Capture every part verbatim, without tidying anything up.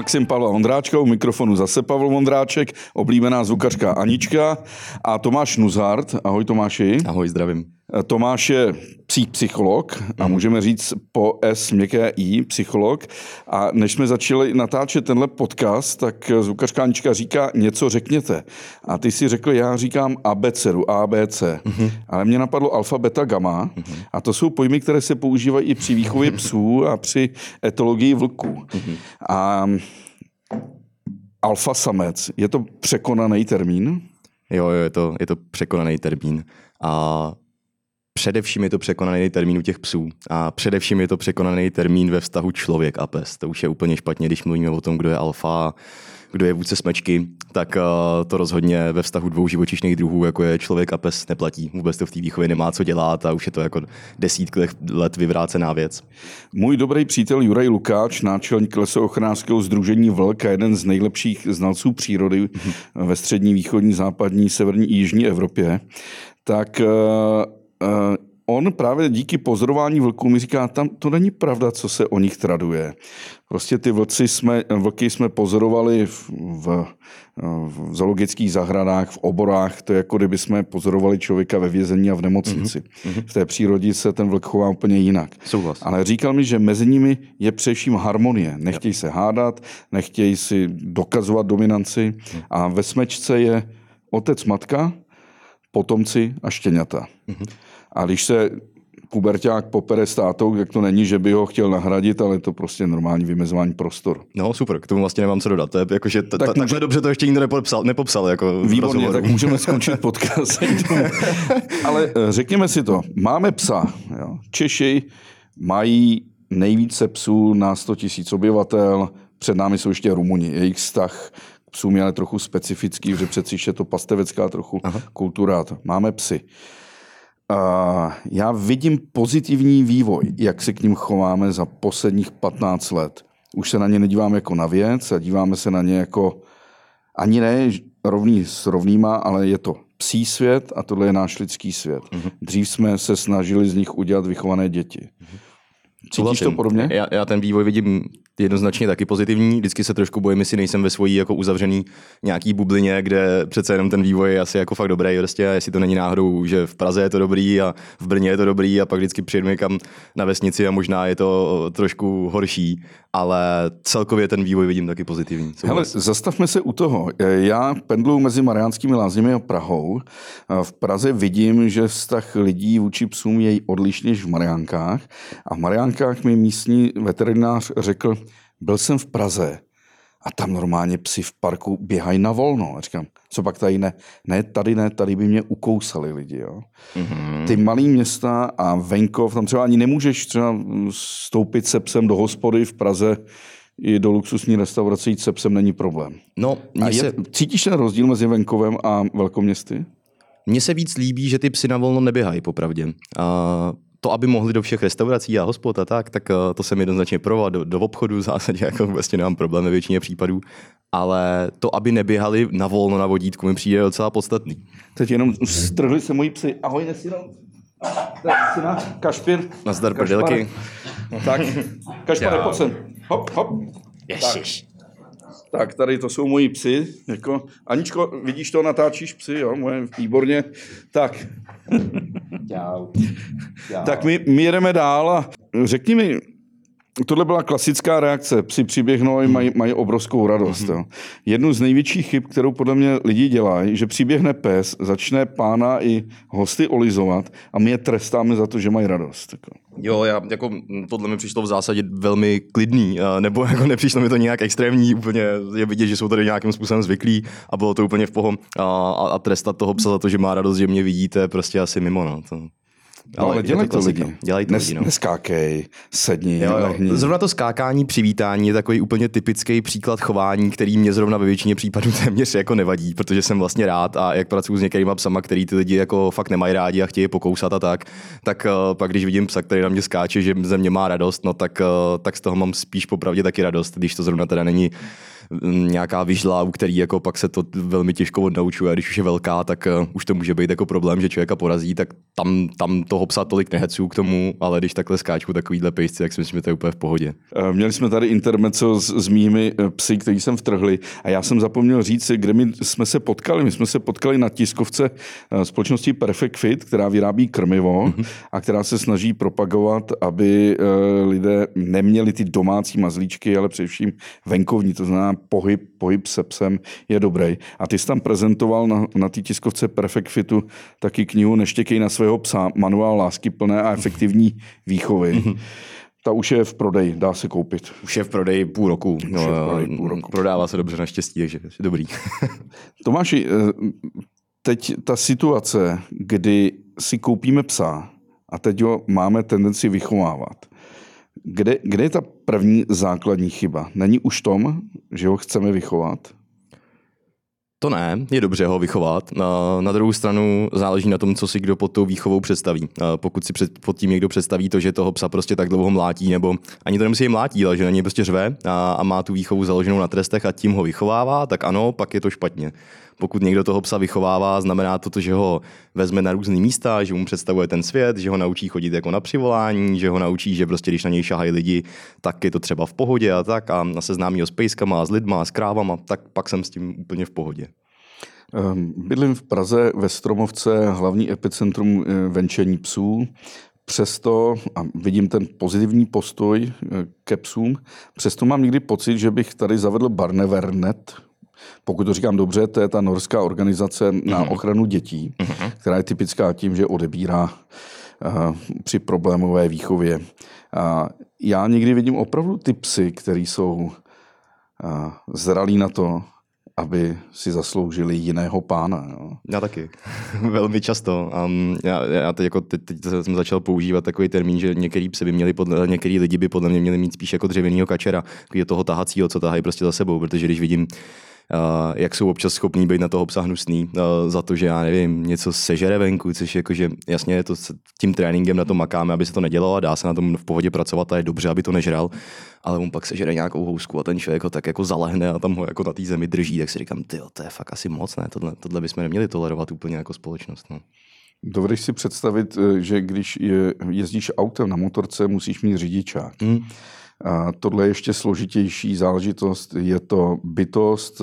Maxim Pavla Vondráčka, u mikrofonu zase Pavel Vondráček, oblíbená zvukařka Anička a Tomáš Nuzart. Ahoj Tomáši. Ahoj, zdravím. Tomáš je psí psycholog a můžeme říct po S měkké I, psycholog. A než jsme začali natáčet tenhle podcast, tak zvukařka Anička říká něco řekněte. A ty si řekl, já říkám abecedu, A, B, C. Mm-hmm. Ale mě napadlo alfa, beta, gamma. Mm-hmm. A to jsou pojmy, které se používají i při výchově psů a při etologii vlků. Mm-hmm. A alfa samec, je to překonaný termín? Jo, jo, je to, je to překonaný termín. A především je to překonaný termín u těch psů. A především je to překonaný termín ve vztahu člověk a pes. To už je úplně špatně, když mluvíme o tom, kdo je alfa, kdo je vůdce smečky, tak uh, to rozhodně ve vztahu dvou živočišných druhů, jako je člověk a pes, neplatí. Vůbec to v té výchově nemá co dělat a už je to jako desítky let vyvrácená věc. Můj dobrý přítel Juraj Lukáč, náčelník lesoochranářského sdružení Vlk a jeden z nejlepších znalců přírody mm-hmm. ve střední, východní, západní, severní i jižní Evropě, tak uh, Uh, on právě díky pozorování vlků mi říká, tam to není pravda, co se o nich traduje. Prostě ty vlci jsme, vlky jsme pozorovali v, v, v zoologických zahradách, v oborách, to je jako kdyby jsme pozorovali člověka ve vězení a v nemocnici. Mm-hmm. V té přírodě se ten vlk chová úplně jinak. Souhlas. Ale říkal mi, že mezi nimi je především harmonie. Nechtějí se hádat, nechtějí si dokazovat dominanci mm. a ve smečce je otec, matka, potomci a štěňata. Mm-hmm. A když se puberťák popere s tátou, tak to není, že by ho chtěl nahradit, ale to prostě normální vymezování prostoru. No super, k tomu vlastně nemám co dodat. To je jako, že t- tak může... takhle dobře to ještě nikdo nepopsal, nepopsal. Jako výborně, tak můžeme skončit podcast. Ale řekněme si to, máme psa. Jo. Češi mají nejvíce psů na sto tisíc obyvatel, před námi jsou ještě Rumuni. Jejich vztah k psům je ale trochu specifický, že přeci je to pastevecká trochu Aha. kultura. Máme psy. Uh, já vidím pozitivní vývoj, jak se k ním chováme za posledních patnáct let. Už se na ně nedíváme jako na věc a díváme se na ně jako ani ne rovný s rovnýma, ale je to psí svět a tohle je náš lidský svět. Uh-huh. Dřív jsme se snažili z nich udělat vychované děti. Uh-huh. Cítíš to podobně? Já, já ten vývoj vidím jednoznačně taky pozitivní. Vždycky se trošku bojím, jestli nejsem ve svojí jako uzavřený nějaký bublině, kde přece jenom ten vývoj je asi jako fakt dobrý. Prostě, a jestli to není náhodou, že v Praze je to dobrý a v Brně je to dobrý a pak vždycky přijedu někam na vesnici a možná je to trošku horší, ale celkově ten vývoj vidím taky pozitivní. Hele, zastavme se u toho. Já pendluji mezi Mariánskými Lázněmi a Prahou. V Praze vidím, že vztah lidí vůči psům je odlišný než v Mariánkách. A v Mariánkách mi místní veterinář řekl, byl jsem v Praze a tam normálně psi v parku běhají na volno. A říkám, co pak tady ne? Ne, tady ne, tady by mě ukousali lidi. Jo? Mm-hmm. Ty malý města a venkov, tam třeba ani nemůžeš třeba stoupit se psem do hospody v Praze, i do luxusní restaurace jít se psem není problém. No, a je, se... Cítíš ten rozdíl mezi venkovem a velkoměsty? Mně se víc líbí, že ty psy na volno neběhají, popravdě. A to, aby mohli do všech restaurací a hospod a tak, tak to jsem jednoznačně pro, do, do obchodu v zásadě jako vlastně nemám problém ve většině případů, ale to, aby neběhali na volno na vodítku, mi přijde docela podstatný. Teď jenom strhli se moji psy. Ahoj, Nesino. Tak, syna, Kašpir. Nazdar prdelky. Tak, Kašpare, pojď sem. Hop, hop. Ježiš. Tak. tak, tady to jsou moji psy. Jako, Aničko, vidíš to, natáčíš psy, jo, moje, výborně. Tak. Čau. Čau. Tak my, my jedeme dál a řekni mi, tohle byla klasická reakce. Psi přiběhnou a mají, mají obrovskou radost. Mm-hmm. Jo. Jednu z největších chyb, kterou podle mě lidi dělají, že přiběhne pes, začne pána i hosty olizovat a my je trestáme za to, že mají radost. Jako. Jo, já, jako, tohle mi přišlo v zásadě velmi klidný, nebo jako nepřišlo mi to nějak extrémní, úplně je vidět, že jsou tady nějakým způsobem zvyklí a bylo to úplně v poho a, a trestat toho psa za to, že má radost, že mě vidíte, prostě asi mimo. No. To... No, ale, ale dělají to lidi. Dělají to Nes, lidi, no. Neskákej, sedni, jo, jo. lehni. Zrovna to skákání, přivítání je takový úplně typický příklad chování, který mě zrovna ve většině případů téměř jako nevadí, protože jsem vlastně rád a jak pracuji s některýma psama, který ty lidi jako fakt nemají rádi a chtějí pokousat a tak, tak uh, pak když vidím psa, který na mě skáče, že ze mě má radost, no tak, uh, tak z toho mám spíš popravdě taky radost, když to zrovna teda není nějaká vyžla, u který jako pak se to velmi těžko odnaučuje, a když už je velká, tak uh, už to může být jako problém, že člověka porazí, tak tam, tam toho psa tolik nehecuju k tomu, ale když takhle skáču takovýhle pejsci, tak si myslím, že to je úplně v pohodě. Měli jsme tady intermezzo s, s mými psy, který jsem vtrhli, a já jsem zapomněl říct, kde my jsme se potkali. My jsme se potkali na tiskovce společnosti Perfect Fit, která vyrábí krmivo mm-hmm. a která se snaží propagovat, aby lidé neměli ty domácí mazlíčky, ale především venkovní, to znamená pohyb, pohyb se psem je dobrý. A ty jsi tam prezentoval na, na té tiskovce Perfect Fitu taky knihu Neštěkej na svého psa, manuál láskyplné a efektivní výchovy. Mm-hmm. Ta už je v prodeji, dá se koupit. Už je v prodeji půl roku. No, je v prodeji půl roku. Prodává se dobře naštěstí, takže je dobrý. Tomáši, teď ta situace, kdy si koupíme psa a teď ho máme tendenci vychovávat. Kde, kde je ta první základní chyba? Není už tom, že ho chceme vychovat? To ne, je dobře ho vychovat. Na druhou stranu záleží na tom, co si kdo pod tou výchovou představí. Pokud si před, pod tím někdo představí to, že toho psa prostě tak dlouho mlátí, nebo ani to nemusí je mlátí, ale že na něj prostě řve a, a má tu výchovu založenou na trestech a tím ho vychovává, tak ano, pak je to špatně. Pokud někdo toho psa vychovává, znamená to, že ho vezme na různý místa, že mu představuje ten svět, že ho naučí chodit jako na přivolání, že ho naučí, že prostě když na něj šahají lidi, tak je to třeba v pohodě a tak a seznámí ho s pejskama, s lidma, s krávama, tak pak jsem s tím úplně v pohodě. Bydlím v Praze ve Stromovce, hlavní epicentrum venčení psů. Přesto, a vidím ten pozitivní postoj ke psům, přesto mám někdy pocit, že bych tady zavedl Barnevernet. Pokud to říkám dobře, to je ta norská organizace na ochranu dětí, mm-hmm. která je typická tím, že odebírá uh, při problémové výchově. Uh, já někdy vidím opravdu ty psy, který jsou uh, zralí na to, aby si zasloužili jiného pána. Jo. Já taky. Velmi často. Um, já, já teď, jako teď, teď jsem začal používat takový termín, že některý psy by měli, podle, některý lidi by podle mě měli mít spíš jako dřevěnýho kačera, takového toho tahacího, co tahají prostě za sebou, protože když vidím, Uh, jak jsou občas schopní být na toho psa hnusný uh, za to, že já nevím, něco sežere venku, což jakože jasně to s tím tréninkem na to makáme, aby se to nedělalo a dá se na tom v pohodě pracovat a je dobře, aby to nežral, ale on pak sežere nějakou housku a ten člověk ho tak jako zalehne a tam ho jako na té zemi drží, tak si říkám, tyjo, to je fakt asi moc, ne, tohle, tohle bychom neměli tolerovat úplně jako společnost. No. Dovedeš si představit, že když je, jezdíš autem na motorce, musíš mít řidičák. Hmm. A tohle je ještě složitější záležitost. Je to bytost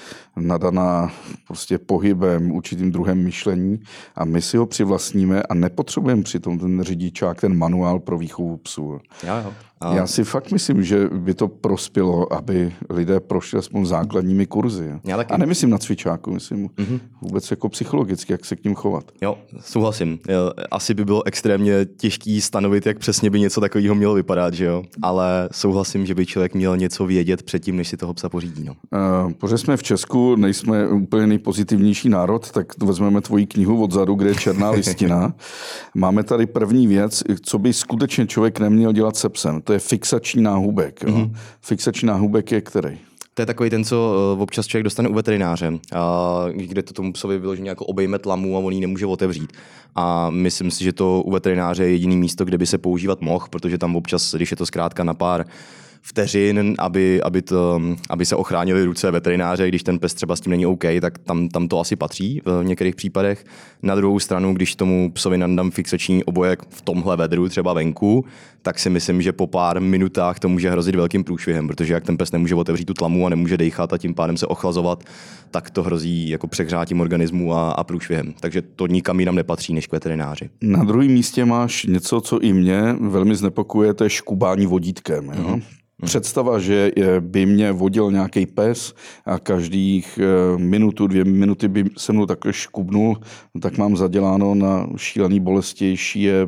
nadaná prostě pohybem, určitým druhem myšlení a my si ho přivlastníme a nepotřebujeme přitom ten řidičák, ten manuál pro výchovu psů. Já, jo. A... Já si fakt myslím, že by to prospělo, aby lidé prošli aspoň základními kurzy. A nemyslím na cvičáku, myslím mm-hmm. vůbec jako psychologicky, jak se k ním chovat. Jo, souhlasím. Asi by bylo extrémně těžký stanovit, jak přesně by něco takového mělo vypadat, že jo? Ale souhlasím, že by člověk měl něco vědět předtím, než si toho psa pořídí. No. Uh, protože jsme v Česku, nejsme úplně nejpozitivnější národ, tak vezmeme tvoji knihu odzadu, kde je černá listina. Máme tady první věc, co by skutečně člověk neměl dělat se psem. To je fixační náhubek. Jo. Mm-hmm. Fixační náhubek je který? To je takový ten, co občas člověk dostane u veterináře, a kde to tomu psovi vyloženě jako obejme tlamu a on ji nemůže otevřít. A myslím si, že to u veterináře je jediný místo, kde by se používat mohl, protože tam občas, když je to zkrátka na pár vteřin, aby, aby, to, aby se ochránili ruce veterináře, když ten pes třeba s tím není OK, tak tam, tam to asi patří v některých případech. Na druhou stranu, když tomu psovi nadám fixační obojek v tomhle vedru, třeba venku, tak si myslím, že po pár minutách to může hrozit velkým průšvihem, protože jak ten pes nemůže otevřít tu tlamu a nemůže dejchat a tím pádem se ochlazovat, tak to hrozí jako přehřátím organismu a, a průšvihem. Takže to nikam jinam nepatří než k veterináři. Na druhém místě máš něco, co i mě velmi znepokojuje, to je škubání vodítkem. Jo? Mm. Představa, že by mě vodil nějaký pes a každých minutu, dvě minuty by se mnou takhle škubnul, tak mám zaděláno na šílený bolesti šíje,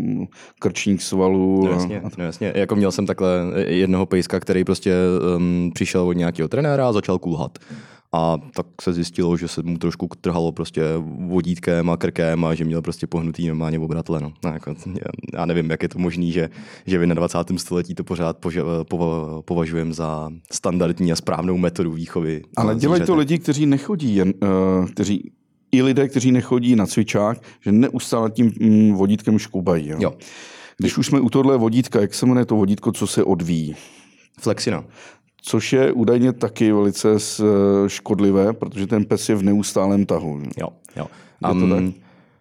krčních svalů. No jasně, no jasně. Jako měl jsem takhle jednoho pejska, který prostě um, přišel od nějakého trenéra a začal kulhat. A tak se zjistilo, že se mu trošku trhalo prostě vodítkem a krkem a že měl prostě pohnutý normálně obratle. No. No, jako, já nevím, jak je to možný, že, že vy na dvacátém století to pořád poža- pova- považujeme za standardní a správnou metodu výchovy. Ale dělají to lidi, kteří nechodí, jen, uh, kteří, i lidé, kteří nechodí na cvičák, že neustále tím mm, vodítkem škubají. Jo? Jo. Když už jsme u tohle vodítka, jak se jmenuje to vodítko, co se odvíjí? Flexina. což je údajně taky velice škodlivé, protože ten pes je v neustálém tahu. Jo, jo. Je to tak?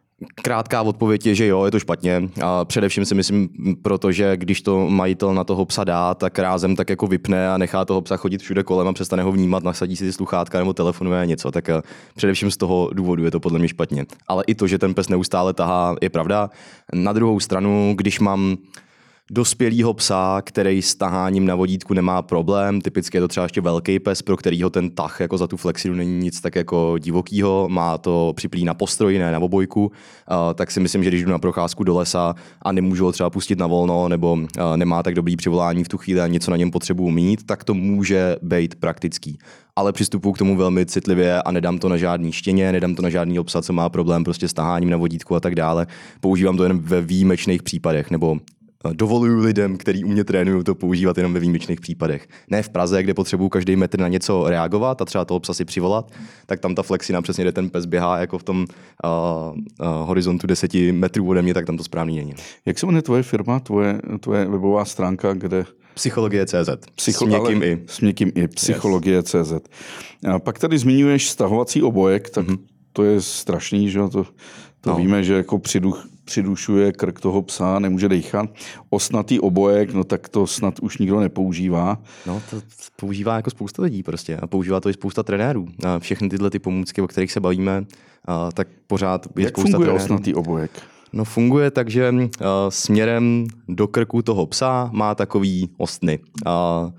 Krátká odpověď je, že jo, je to špatně. A především si myslím, protože když to majitel na toho psa dá, tak rázem tak jako vypne a nechá toho psa chodit všude kolem a přestane ho vnímat, nasadí si ty sluchátka nebo telefonuje něco, tak především z toho důvodu je to podle mě špatně. Ale i to, že ten pes neustále tahá, je pravda. Na druhou stranu, když mám dospělýho psa, který s taháním na vodítku nemá problém, typicky je to třeba ještě velký pes, pro kterýho ten tah jako za tu flexidu není nic tak jako divokýho, má to připlý na postroji, ne na obojku, uh, tak si myslím, že když jdu na procházku do lesa a nemůžu ho třeba pustit na volno, nebo uh, nemá tak dobrý přivolání v tu chvíli a něco na něm potřebuji mít, tak to může být praktický. Ale přistupuji k tomu velmi citlivě a nedám to na žádný štěně, nedám to na žádný psa, co má problém prostě s taháním na vodítku a tak dále. Používám to jen ve výjimečných případech, nebo dovoluju lidem, kteří u mě trénují, to používat jenom ve výjimečných případech. Ne v Praze, kde potřebuju každý metr na něco reagovat a třeba toho psa si přivolat, tak tam ta flexina přesně, kde ten pes běhá jako v tom uh, uh, horizontu deseti metrů ode mě, tak tam to správný není. Jak se jmenuje tvoje firma, tvoje, tvoje webová stránka, kde... Psychologie tečka cé zet. Psycho- s měkkým i. S měkkým i. Psychologie tečka cé zet. A pak tady zmiňuješ stahovací obojek, tak mm-hmm. to je strašný, že to, to no. Víme, že jako přiduch, přidušuje krk toho psa, nemůže dejchat. Osnatý obojek, no tak to snad už nikdo nepoužívá. No to používá jako spousta lidí prostě a používá to i spousta trenérů. A všechny tyhle ty pomůcky, o kterých se bavíme, a tak pořád je Jak spousta funguje trenérů. osnatý obojek? No funguje tak, že uh, směrem do krku toho psa má takový ostny. Uh,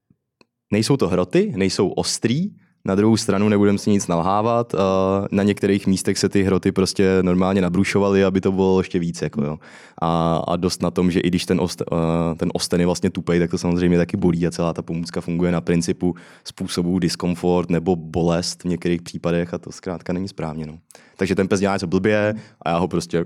nejsou to hroty, nejsou ostrý, na druhou stranu nebudem si nic nalhávat, uh, na některých místech se ty hroty prostě normálně nabrušovaly, aby to bylo ještě víc. Jako, jo. A, a dost na tom, že i když ten, ost, uh, ten osten je vlastně tupej, tak to samozřejmě taky bolí a celá ta pomůcka funguje na principu způsobu diskomfort nebo bolest v některých případech a to zkrátka není správně. No. Takže ten pes dělá něco blbě a já ho prostě...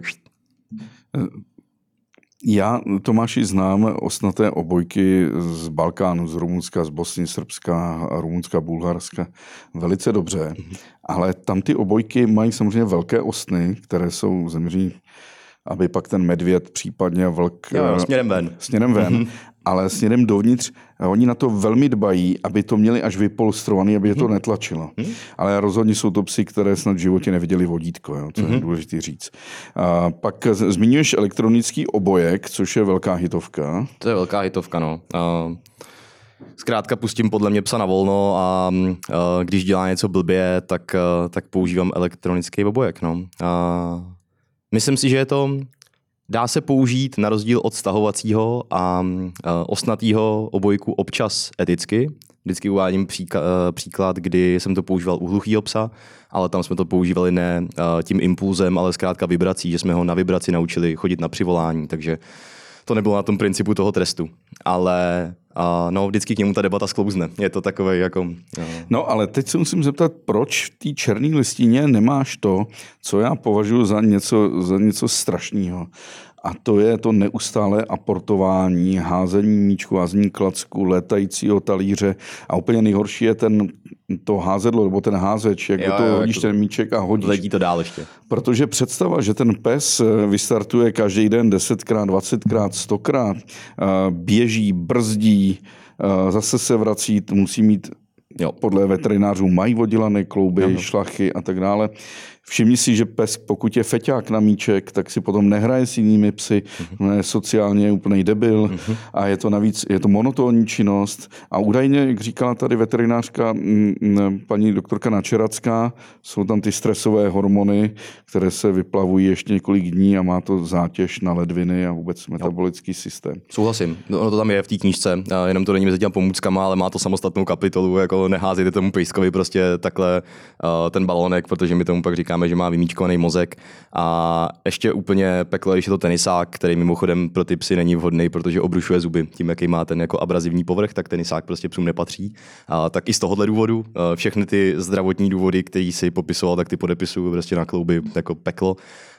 Já, Tomáši, znám osnaté obojky z Balkánu, z Rumunska, z Bosny, Srbska, Rumunska, Bulharska velice dobře, ale tam ty obojky mají samozřejmě velké ostny, které jsou zaměřené, aby pak ten medvěd, případně vlk... Jo, jo, směrem ven. Směrem ven, mm-hmm. ale směrem dovnitř. A oni na to velmi dbají, aby to měli až vypolstrované, aby je to netlačilo. Mm-hmm. Ale rozhodně jsou to psy, které snad v životě neviděli vodítko, jo, co mm-hmm. je důležité říct. A pak zmiňuješ elektronický obojek, což je velká hitovka. To je velká hitovka, no. Uh... Zkrátka pustím podle mě psa na volno a uh, když dělá něco blbě, tak, uh, tak používám elektronický obojek, no. Uh... Myslím si, že je to, dá se použít na rozdíl od stahovacího a uh, osnatýho obojku občas eticky. Vždycky uvádím příka, uh, příklad, kdy jsem to používal u hluchýho psa, ale tam jsme to používali ne uh, tím impulzem, ale zkrátka vibrací, že jsme ho na vibraci naučili chodit na přivolání, takže to nebylo na tom principu toho trestu. Ale uh, no, vždycky k němu ta debata sklouzne. Je to takové jako... Uh... No ale teď se musím zeptat, proč v té černé listině nemáš to, co já považuji za něco, za něco strašného. A to je to neustálé aportování, házení míčku, házení klacku, létajícího talíře a úplně nejhorší je ten, to házedlo, nebo ten házeč, jak jo, do toho jo, hodíš ten míček a hodíš. Letí to dál ještě. Protože představa, že ten pes vystartuje každý den desetkrát, dvacetkrát, stokrát, běží, brzdí, zase se vrací, musí mít, jo, podle veterinářů mají oddělané klouby, jo, šlachy a tak dále. Všimni si, že pes, pokud je feťák na míček, tak si potom nehraje s jinými psy, uh-huh. je sociálně úplný debil uh-huh. a je to navíc, je to monotónní činnost a údajně, jak říkala tady veterinářka paní doktorka Načeracká, jsou tam ty stresové hormony, které se vyplavují ještě několik dní a má to zátěž na ledviny a vůbec metabolický jo. systém. Souhlasím, ono to tam je v té knížce, jenom to není mezi těmi pomůckama, ale má to samostatnou kapitolu, jako neházejte tomu pejskovi prostě takhle uh, ten balónek, protože mi tomu pak říká, že má vymíčkovaný mozek a ještě úplně peklo, když je to tenisák, který mimochodem pro ty psy není vhodný, protože obrušuje zuby. Tím, jaký má ten jako abrazivní povrch, tak tenisák prostě psům nepatří. A tak i z tohohle důvodu všechny ty zdravotní důvody, který si popisoval, tak ty podepisuju prostě na klouby jako peklo.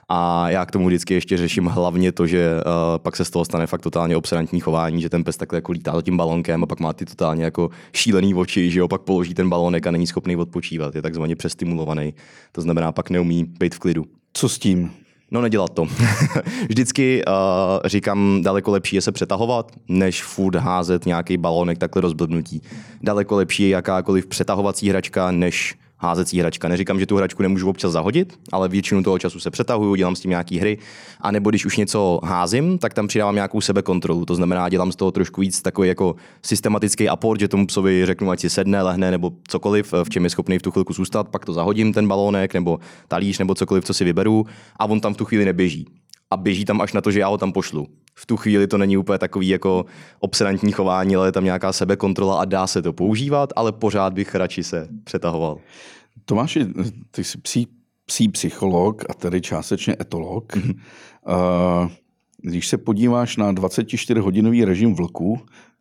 A já k tomu vždycky ještě řeším hlavně to, že uh, pak se z toho stane fakt totálně obsedantní chování, že ten pes takhle jako lítá za tím balonkem a pak má ty totálně jako šílený oči, že opak položí ten balonek a není schopný odpočívat, je takzvaně přestimulovaný. To znamená, pak neumí být v klidu. Co s tím? No nedělat to. Vždycky uh, říkám, daleko lepší je se přetahovat, než furt házet nějaký balónek takhle rozblbnutí. Daleko lepší je jakákoliv přetahovací hračka, než házecí hračka. Neříkám, že tu hračku nemůžu občas zahodit, ale většinu toho času se přetahuju, dělám s tím nějaký hry, a nebo když už něco házím, tak tam přidávám nějakou sebekontrolu. To znamená, dělám z toho trošku víc takový jako systematický aport, že tomu psovi řeknu, ať si sedne, lehne nebo cokoliv, v čem je schopný v tu chvilku zůstat, pak to zahodím ten balónek nebo talíř nebo cokoliv, co si vyberu, a on tam v tu chvíli neběží. A běží tam až na to, že já ho tam pošlu. V tu chvíli to není úplně takový jako obsedantní chování, ale je tam nějaká sebekontrola a dá se to používat, ale pořád bych radši se přetahoval. Tomáši, ty jsi psí, psí psycholog a tedy částečně etolog. Mm-hmm. Uh, když se podíváš na dvacetičtyřhodinový režim vlků,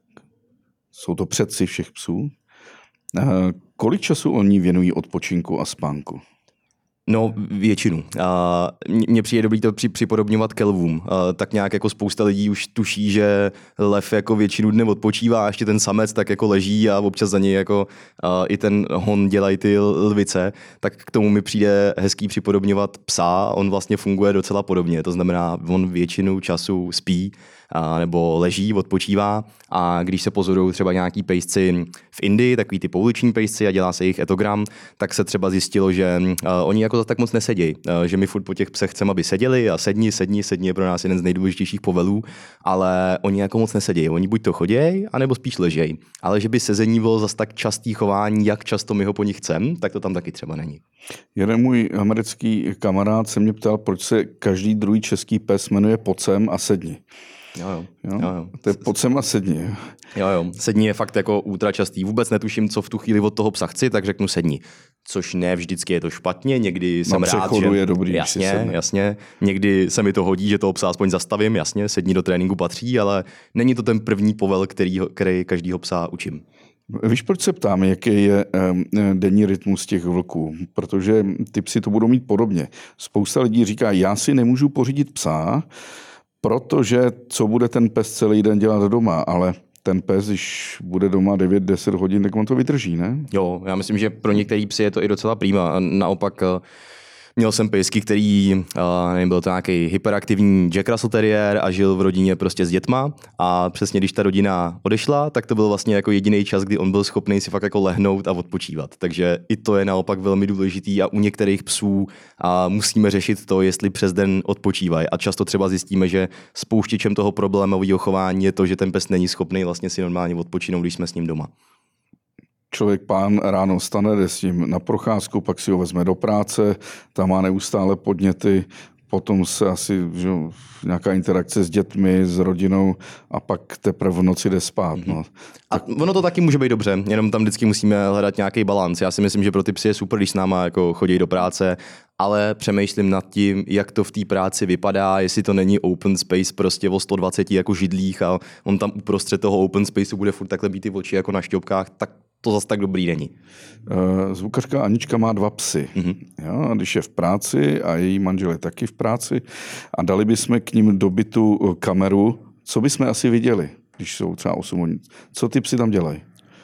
jsou to předci všech psů, uh, kolik času oni věnují odpočinku a spánku? No, většinu. Mně přijde dobrý to připodobňovat ke lvům. Tak nějak jako spousta lidí už tuší, že lev jako většinu dne odpočívá a ještě ten samec tak jako leží a občas za něj jako i ten hon dělají ty lvice. Tak k tomu mi přijde hezký připodobňovat psa. On vlastně funguje docela podobně. To znamená, on většinu času spí nebo leží, odpočívá, a když se pozorují třeba nějaký pejsci v Indii, takový ty pouliční pejsci, a dělá se jejich etogram, tak se třeba zjistilo, že uh, oni jako zase tak moc nesedějí, uh, že my furt po těch psech chceme, aby seděli, a sedni, sedni, sedni je pro nás jeden z nejdůležitějších povelů, ale oni jako moc nesedějí. Oni buď to chodějí, anebo spíš ležejí. Ale že by sezení bylo zase tak častý chování, jak často my ho po nich chceme, tak to tam taky třeba není. Jeden můj americký kamarád se mě ptal, proč se každý druhý český pes jmenuje Pocem a Sedni. Jo, jo. Jo? Jo, jo. To je Pocem a Sedni. Jo, jo. Sedni je fakt jako ultra častý. Vůbec netuším, co v tu chvíli od toho psa chci, tak řeknu sedni. Což ne vždycky je to špatně, někdy jsem Na rád, že... je dobrý, jasně, jasně. Někdy se mi to hodí, že toho psa aspoň zastavím, jasně, sedni do tréninku patří, ale není to ten první povel, který, který každýho psa učím. Víš, proč se ptám, jaký je um, denní rytmus těch vlků? Protože ty psi to budou mít podobně. Spousta lidí říká, já si nemůžu pořídit psa, protože co bude ten pes celý den dělat doma, ale ten pes, když bude doma devět deset hodin, tak on to vydrží, ne? Jo, já myslím, že pro některý psy je to i docela prima. Naopak měl jsem pejsky, který, nevím, byl to nějaký hyperaktivní Jack Russell Terrier a žil v rodině prostě s dětma, a přesně když ta rodina odešla, tak to byl vlastně jako jediný čas, kdy on byl schopný si fakt jako lehnout a odpočívat. Takže i to je naopak velmi důležitý, a u některých psů a musíme řešit to, jestli přes den odpočívají. A často třeba zjistíme, že spouštěčem toho problémového chování je to, že ten pes není schopný vlastně si normálně odpočinout, když jsme s ním doma. Člověk pán ráno vstane, jde s ním na procházku, pak si ho vezme do práce, tam má neustále podněty, potom se asi že, nějaká interakce s dětmi, s rodinou, a pak teprve v noci jde spát. Mm-hmm. No. A ono to taky může být dobře, jenom tam vždycky musíme hledat nějaký balans. Já si myslím, že pro ty psy je super, když s náma jako chodí do práce, ale přemýšlím nad tím, jak to v té práci vypadá, jestli to není open space prostě o sto dvacet jako židlích a on tam uprostřed toho open spaceu bude furt takhle být ty oči jako na šťopkách, tak to zase tak dobrý není. Zvukařka Anička má dva psy. Mm-hmm. Jo, a když je v práci a její manžel je taky v práci a dali bychom k ním do bytu kameru, co bychom asi viděli, když jsou třeba osm hodin? Co ty psy tam dělají?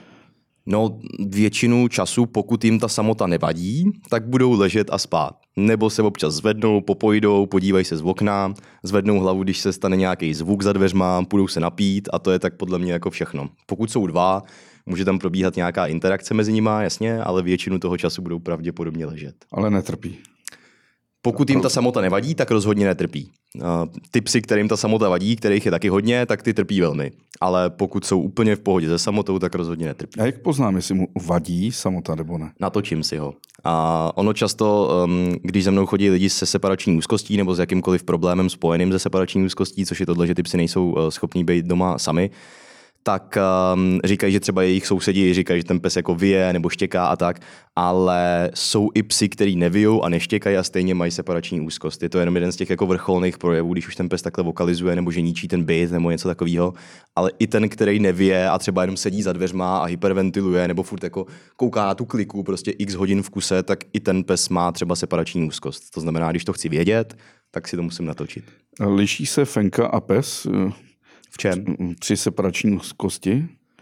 No, většinu času, pokud jim ta samota nevadí, tak budou ležet a spát. Nebo se občas zvednou, popojdou, podívají se z okna, zvednou hlavu, když se stane nějaký zvuk za dveřma, půjdou se napít, a to je tak podle mě jako všechno. Pokud jsou dva, může tam probíhat nějaká interakce mezi nima, jasně, ale většinu toho času budou pravděpodobně ležet. Ale netrpí. Pokud jim ta samota nevadí, tak rozhodně netrpí. Ty psy, kterým ta samota vadí, kterých je taky hodně, tak ty trpí velmi. Ale pokud jsou úplně v pohodě se samotou, tak rozhodně netrpí. A jak poznám, jestli mu vadí samota nebo ne? Natočím si ho. A ono často, když za mnou chodí lidi se separační úzkostí nebo s jakýmkoliv problémem spojeným se separační úzkostí, což je tohle, že ty psy nejsou schopní být doma sami, tak um, říkají, že třeba jejich sousedi říkají, že ten pes jako vyje nebo štěká a tak, ale jsou i psi, který nevyjou a neštěkají a stejně mají separační úzkost. Je to jenom jeden z těch jako vrcholných projevů, když už ten pes takhle vokalizuje nebo že ničí ten byt nebo něco takového, ale i ten, který nevyje a třeba jenom sedí za dveřma a hyperventiluje nebo furt jako kouká na tu kliku prostě x hodin v kuse, tak i ten pes má třeba separační úzkost. To znamená, když to chci vědět, tak si to musím natočit. Liší se Fenka a pes? V čem? Při separační úzkosti?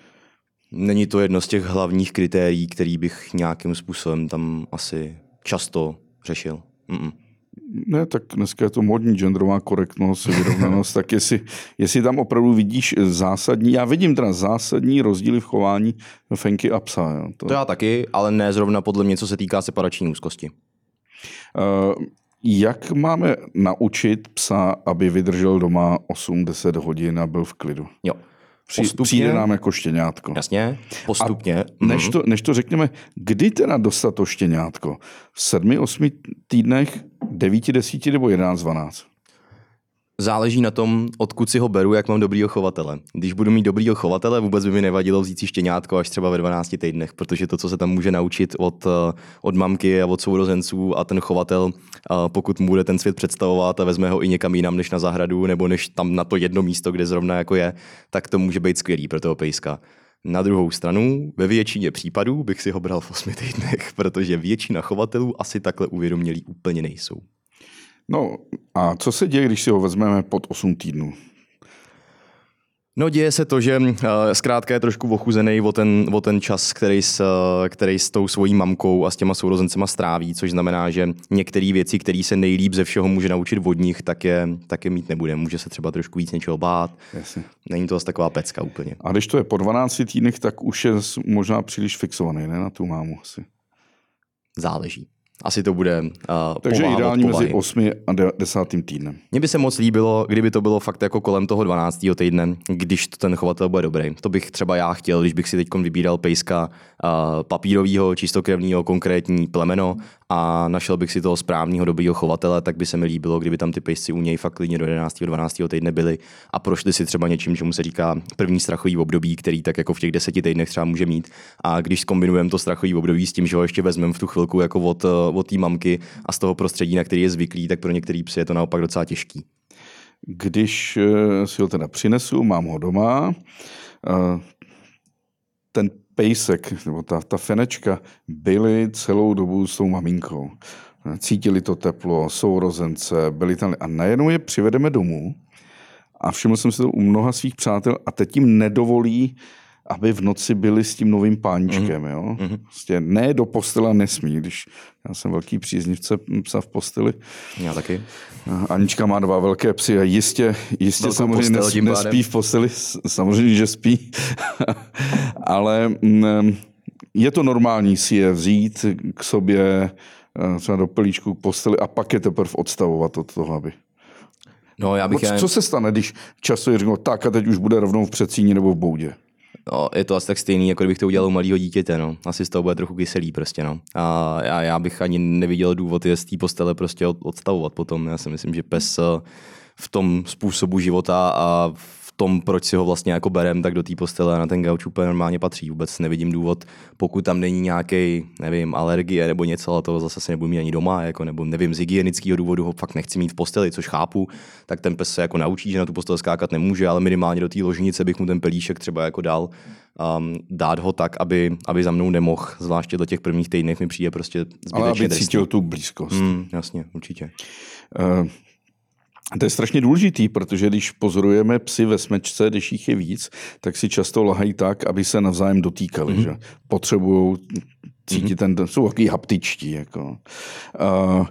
Není to jedno z těch hlavních kritérií, který bych nějakým způsobem tam asi často řešil. Mm-mm. Ne, tak dneska je to modní genderová korektnost, vyrovnanost, tak jestli, jestli tam opravdu vidíš zásadní, já vidím teda zásadní rozdíly v chování Fenky a psa. Jo. To... to já taky, ale ne zrovna podle mě, co se týká separační úzkosti. Uh, jak máme naučit psa, aby vydržel doma osm deset hodin a byl v klidu? Jo. Postupně, přijde nám jako štěňátko. Jasně, postupně. A než, to, než to řekneme, kdy teda dostat to štěňátko? V sedmi, osmi týdnech, devíti, desíti nebo jedenáct, dvanáct? Záleží na tom, odkud si ho beru, jak mám dobrýho chovatele. Když budu mít dobrýho chovatele, vůbec by mi nevadilo vzít si štěňátko až třeba ve dvanácti týdnech, protože to, co se tam může naučit od, od mamky a od sourozenců a ten chovatel, pokud mu bude ten svět představovat a vezme ho i někam jinam než na zahradu nebo než tam na to jedno místo, kde zrovna jako je, tak to může být skvělý pro toho pejska. Na druhou stranu, ve většině případů bych si ho bral v osmi týdnech, protože většina chovatelů asi takhle uvědomělí úplně nejsou. No a co se děje, když si ho vezmeme pod osm týdnů? No děje se to, že uh, zkrátka je trošku ochuzený o ten, o ten čas, který s, uh, který s tou svojí mamkou a s těma sourozencema stráví, což znamená, že některé věci, které se nejlíp ze všeho může naučit od nich, tak je, tak je mít nebude. Může se třeba trošku víc něčeho bát. Jasně. Není to asi taková pecka úplně. A když to je po dvanácti týdnech, tak už je možná příliš fixovaný, ne, na tu mámu asi. Záleží. Asi to bude uh, Takže ideální mezi osmi a desátým týdnem. Mně by se moc líbilo, kdyby to bylo fakt jako kolem toho dvanáctého týdne, když to ten chovatel bude dobrý. To bych třeba já chtěl, když bych si teď vybíral pejska uh, papírového, čistokrevného, konkrétní plemeno a našel bych si toho správného, dobrýho chovatele, tak by se mi líbilo, kdyby tam ty pejsci u něj fakt klidně do jedenáctého dvanáctého týdne byli a prošli si třeba něčím, čemu se říká první strachový období, který tak jako v těch deseti týdnech třeba může mít. A když zkombinujeme to strachový období s tím, že ho ještě vezmeme v tu chvilku jako od, od té mamky a z toho prostředí, na který je zvyklý, tak pro některý psy je to naopak docela těžký. Když si ho teda přinesu, mám ho doma, ten pejsek, nebo ta, ta fenečka, byli celou dobu s tou maminkou. Cítili to teplo, sourozence, byli tam a najednou je přivedeme domů a všiml jsem si to u mnoha svých přátel a teď jim nedovolí, aby v noci byli s tím novým páničkem. Mm-hmm. Jo? Prostě ne do postele nesmí, když já jsem velký příznivce psa v posteli. Já taky. Anička má dva velké psy a jistě, jistě samozřejmě postel, nes, nespí v posteli, samozřejmě, že spí, ale je to normální si je vzít k sobě, třeba do pelíčku k posteli a pak je teprve odstavovat od toho, aby... No, já bych co, jen... co se stane, když časově řeknu, tak a teď už bude rovnou v předsíni nebo v boudě? No, je to asi tak stejný, jako kdybych to udělal u malého dítěte, no. Asi z toho bude trochu kyselý prostě, no. A já, já bych ani neviděl důvod je z té postele prostě od, odstavovat potom. Já si myslím, že pes v tom způsobu života a v tom, proč si ho vlastně jako berem, tak do té postele na ten gauč úplně normálně patří. Vůbec nevidím důvod, pokud tam není nějaký, nevím, alergie nebo něco, ale to zase se nebudu mít ani doma, jako, nebo nevím, z hygienického důvodu ho fakt nechci mít v posteli, což chápu, tak ten pes se jako naučí, že na tu postel skákat nemůže, ale minimálně do té ložnice bych mu ten pelíšek třeba jako dal, um, dát ho tak, aby, aby za mnou nemohl, zvláště do těch prvních týdnech mi přijde prostě zbytečně ale aby drsný. Cítil tu blízkost. Mm, jasně, určitě. Uh... To je strašně důležitý, protože když pozorujeme psy ve smečce, když jich je víc, tak si často lahají tak, aby se navzájem dotýkali. Mm-hmm. Že? Potřebují cítit mm-hmm. ten, jsou takový haptičtí. Jako. Uh,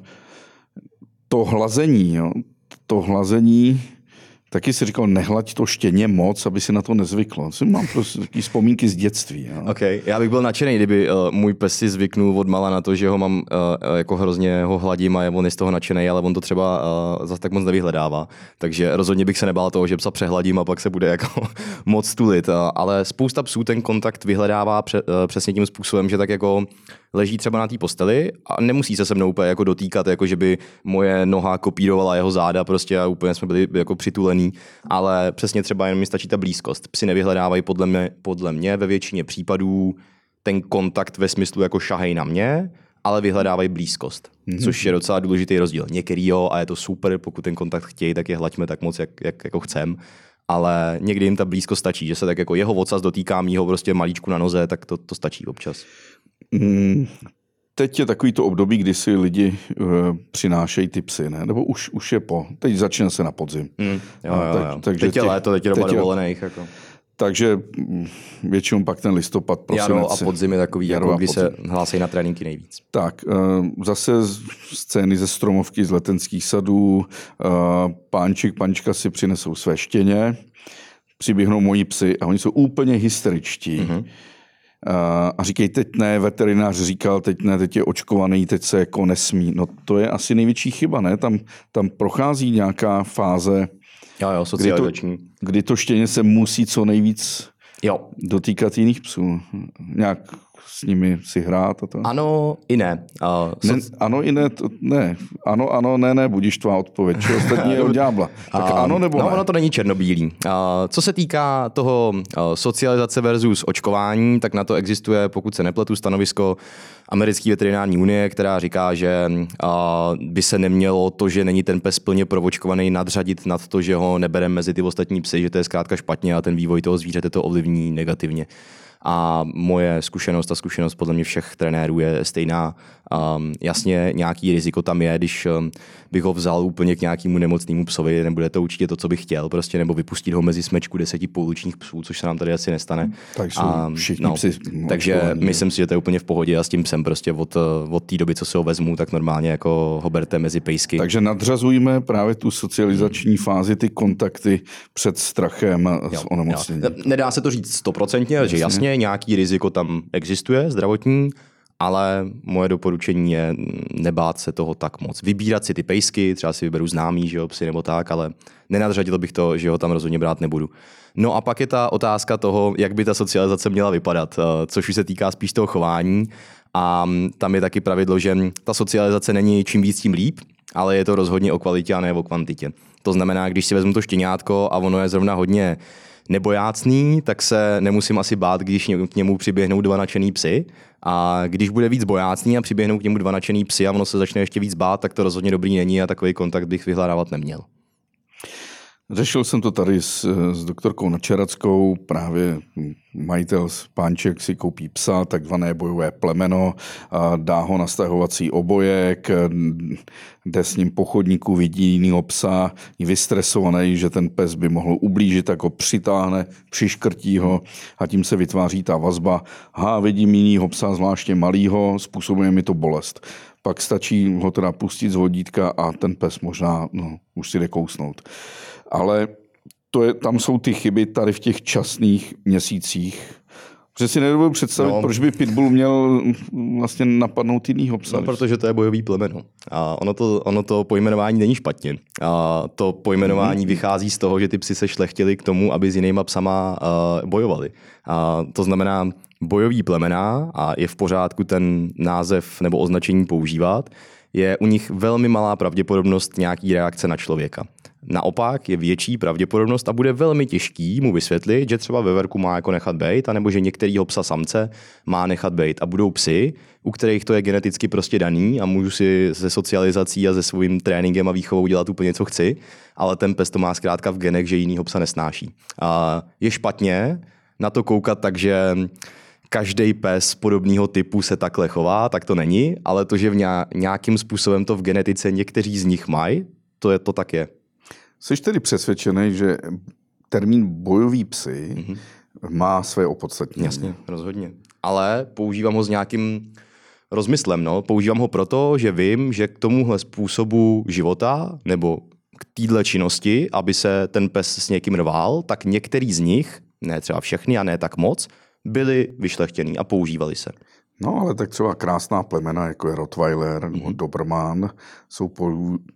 to hlazení, jo? to hlazení, taky si říkal, nehlaď to štěně moc, aby si na to nezvyklo. Mám prostě taky vzpomínky z dětství. Jo? Okay. Já bych byl nadšený, kdyby uh, můj pes si zvyknul odmala na to, že ho mám uh, jako hrozně ho hladím a on je z toho nadšený, ale on to třeba uh, zase tak moc nevyhledává. Takže rozhodně bych se nebál toho, že psa přehladím a pak se bude jako moc tulit. Uh, ale spousta psů ten kontakt vyhledává pře- uh, přesně tím způsobem, že tak jako leží třeba na té posteli a nemusí se se mnou úplně jako dotýkat, jako že by moje noha kopírovala jeho záda prostě a úplně jsme byli jako přitulený, ale přesně třeba jen mi stačí ta blízkost. Psi nevyhledávají podle mě, podle mě ve většině případů ten kontakt ve smyslu jako šahej na mě, ale vyhledávají blízkost, mm-hmm. což je docela důležitý rozdíl. Některý jo a je to super, pokud ten kontakt chtějí, tak je hlaďme tak moc, jak, jak jako chcem. Ale někdy jim ta blízkost stačí, že se tak jako jeho ocas dotýká mýho prostě malíčku na noze, tak to, to stačí občas. Mm, teď je takový to období, kdy si lidi uh, přinášejí ty psy, ne? Nebo už, už je po. Teď začíná se na podzim. Mm, jo, jo, tak, jo. Takže teď je léto, teď je doba dovolených. Jako. Takže většinou pak ten listopad, prosinec. Jaro a podzim je takový, jako kdy se hlásí na tréninky nejvíc. Tak, zase scény ze stromovky, z letenských sadů, pánček, pančka si přinesou své štěně, přiběhnou moji psy a oni jsou úplně hysteričtí. Mm-hmm. A říkají, teď ne, veterinář říkal, teď ne, teď je očkovaný, teď se jako nesmí. No to je asi největší chyba, ne? Tam, tam prochází nějaká fáze, jo, jo, socializační. Kdy to, kdy to štěně se musí co nejvíc jo. dotýkat jiných psů. Nějak s nimi si hrát a to. Ano i ne. Uh, ne ano i ne, to, ne. Ano, ano, ne, ne, budíš tvá odpověď. Čo ostatní je od ďábla. Tak uh, ano nebo no, ne? Ono to není černobílý. Uh, co se týká toho uh, socializace versus očkování, tak na to existuje, pokud se nepletu, stanovisko Americké veterinární unie, která říká, že uh, by se nemělo to, že není ten pes plně provočkovaný, nadřadit nad to, že ho nebereme mezi ty ostatní psy, že to je zkrátka špatně a ten vývoj toho zvířete to ovlivní negativně. A moje zkušenost a zkušenost podle mě všech trenérů je stejná. Um, jasně, nějaký riziko tam je, když um, bych ho vzal úplně k nějakému nemocnému psovi, nebude to určitě to, co bych chtěl, prostě, nebo vypustit ho mezi smečku deseti pouličních psů, což se nám tady asi nestane. Tak jsou a, všichni no, psi. Takže myslím si, že to je úplně v pohodě a s tím psem prostě od, od té doby, co se ho vezmu, tak normálně jako ho berte mezi pejsky. Takže nadřazujeme právě tu socializační fázi, ty kontakty před strachem jo, z onemocnění. Jo. Nedá se to říct stoprocentně, jasně. že jasně, nějaký riziko tam existuje, zdravotní, ale moje doporučení je nebát se toho tak moc. Vybírat si ty pejsky, třeba si vyberu známý, že jo, psy nebo tak, ale nenadřadil bych to, že ho tam rozhodně brát nebudu. No a pak je ta otázka toho, jak by ta socializace měla vypadat, což už se týká spíš toho chování. A tam je taky pravidlo, že ta socializace není čím víc, tím líp, ale je to rozhodně o kvalitě a ne o kvantitě. To znamená, když si vezmu to štěňátko a ono je zrovna hodně nebojácný, tak se nemusím asi bát, když k němu přiběhnou dva nadšený psy. A když bude víc bojácný a přiběhnou k němu dva nadšený psy a ono se začne ještě víc bát, tak to rozhodně dobrý není a takový kontakt bych vyhledávat neměl. Řešil jsem to tady s, s doktorkou Načerackou, právě majitel Pánček si koupí psa, takzvané bojové plemeno, a dá ho na stahovací obojek, jde s ním po chodníku, vidí jinýho psa, je vystresovaný, že ten pes by mohl ublížit, tak ho přitáhne, přiškrtí ho a tím se vytváří ta vazba. Ha, vidím jinýho psa, zvláště malýho, způsobuje mi to bolest. Pak stačí ho teda pustit z vodítka a ten pes možná no, už si jde kousnout. Ale to je, tam jsou ty chyby tady v těch časných měsících. Protože si nedovedu představit, no, proč by pitbull měl vlastně napadnout jinýho psa. No, protože to je bojový plemeno. A ono to, ono to pojmenování není špatně. A to pojmenování mm-hmm. vychází z toho, že ty psi se šlechtili k tomu, aby s jinýma psama uh, bojovali. A to znamená bojový plemena, a je v pořádku ten název nebo označení používat, je u nich velmi malá pravděpodobnost nějaký reakce na člověka. Naopak je větší pravděpodobnost a bude velmi těžký mu vysvětlit, že třeba veverku má jako nechat bejt, anebo že některýho psa samce má nechat bejt. A budou psy, u kterých to je geneticky prostě daný a můžu si se socializací a se svým tréninkem a výchovou dělat úplně co chci, ale ten pes to má zkrátka v genech, že jinýho psa nesnáší. A je špatně na to koukat tak, že každý pes podobného typu se takhle chová, tak to není, ale to, že v nějakým způsobem to v genetice někteří z nich mají, to je to tak je. Jsi tedy přesvědčený, že termín bojový psy mm-hmm. má své opodstatnění? Jasně, rozhodně. Ale používám ho s nějakým rozmyslem. No. Používám ho proto, že vím, že k tomuhle způsobu života nebo k téhle činnosti, aby se ten pes s někým rval, tak některý z nich, ne třeba všechny a ne tak moc, byli vyšlechtěný a používali se. No ale tak třeba krásná plemena, jako je Rottweiler mm-hmm. nebo Doberman, jsou po,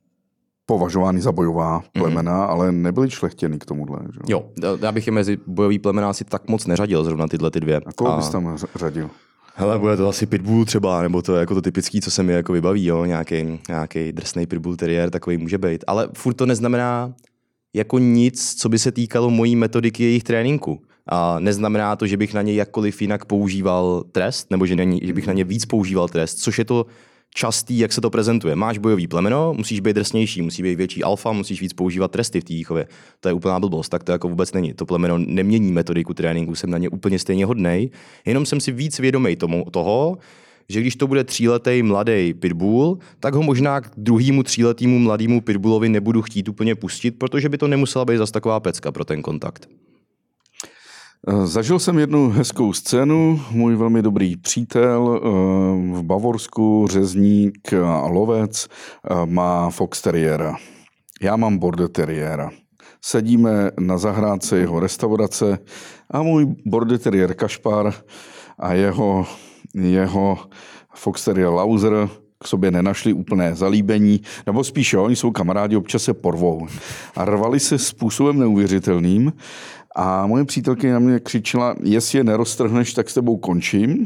považovány za bojová plemena, mm-hmm. ale nebyly šlechtěny k tomuhle. Že? Jo, já bych je mezi bojový plemena asi tak moc neřadil, zrovna tyhle ty dvě. A koho a... bys tam řadil? Hele, bude to asi pitbull třeba, nebo to je jako to typický, co se mi jako vybaví, jo, nějaký, nějaký drsnej pitbull terrier, takový může být. Ale furt to neznamená jako nic, co by se týkalo mojí metodiky jejich tréninku. A neznamená to, že bych na ně jakkoliv jinak používal trest, nebo že, není, že bych na ně víc používal trest, což je to častý, jak se to prezentuje. Máš bojový plemeno, musíš být drsnější, musí být větší alfa, musíš víc používat tresty v té výchově. To je úplná blbost, tak to jako vůbec není. To plemeno nemění metodiku tréninku, jsem na ně úplně stejně hodnej, jenom jsem si víc vědomý tomu, toho, že když to bude tříletý mladý pitbull, tak ho možná k druhému tříletýmu mladému pitbullovi nebudu chtít úplně pustit, protože by to nemusela být zas taková pecka pro ten kontakt. Zažil jsem jednu hezkou scénu. Můj velmi dobrý přítel v Bavorsku, řezník a lovec, má fox terriéra. Já mám border terriéra. Sedíme na zahrádce jeho restaurace a můj border terriér Kašpar a jeho, jeho fox terriér Lauser k sobě nenašli úplné zalíbení, nebo spíš jo, oni jsou kamarádi, občas se porvou. A rvali se způsobem neuvěřitelným a moje přítelkyně na mě křičela, jestli je neroztrhneš, tak s tebou končím.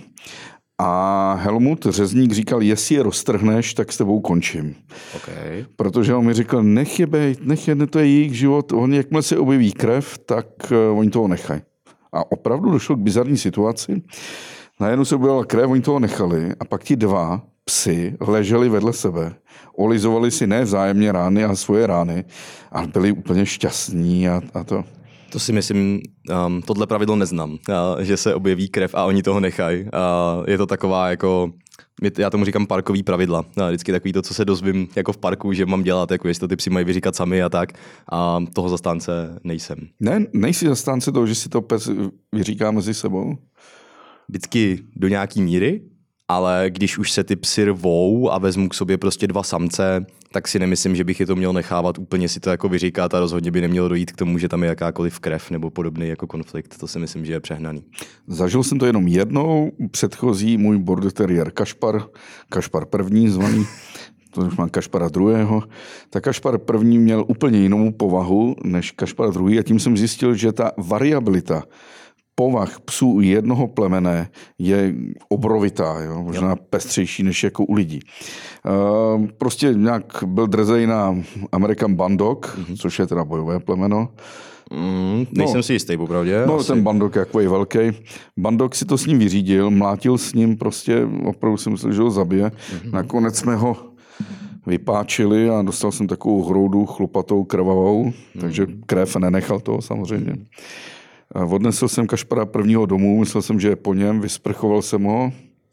A Helmut řezník říkal, jestli je roztrhneš, tak s tebou končím. Okay. Protože on mi říkal, nech je bejt, nech je, to je jejich život, on jakmile se objeví krev, tak uh, oni toho nechají. A opravdu došlo k bizarní situaci. Najednou se objevila krev, oni toho nechali a pak ti dva psi leželi vedle sebe, olizovali si ne vzájemně rány a svoje rány a byli úplně šťastní a, a to. To si myslím, um, tohle pravidlo neznám, uh, že se objeví krev a oni toho nechají. Uh, je to taková jako, já tomu říkám parkový pravidla. Uh, vždycky takový to, co se dozvím jako v parku, že mám dělat, jako jestli to ty psi mají vyříkat sami a tak. A toho zastánce nejsem. Ne, nejsi zastánce toho, že si to pes vyříká mezi sebou? Vždycky do nějaký míry, ale když už se ty psy rvou a vezmu k sobě prostě dva samce, tak si nemyslím, že bych je to měl nechávat úplně si to jako vyříkat a rozhodně by nemělo dojít k tomu, že tam je jakákoliv krev nebo podobný jako konflikt. To si myslím, že je přehnaný. Zažil jsem to jenom jednou, předchozí můj border terrier Kašpar, Kašpar první zvaný, to už mám Kašpara druhého, tak Kašpar první měl úplně jinou povahu než Kašpar druhý a tím jsem zjistil, že ta variabilita povah psů jednoho plemene je obrovitá, jo? Možná jo. pestřejší než jako u lidí. Uh, prostě nějak byl drzej na American Bandog, mm-hmm. což je teda bojové plemeno. Mm, nejsem no, si jistý, popravdě. No asi. Ten Bandog je takový velký. Bandog si to s ním vyřídil, mlátil s ním prostě, opravdu si myslel, že ho zabije. Mm-hmm. Nakonec jsme ho vypáčili a dostal jsem takovou hroudu chlupatou, krvavou, mm-hmm. takže krev nenechal toho samozřejmě. Odnesl jsem Kašpara prvního domů, myslel jsem, že je po něm, vysprchoval jsem ho.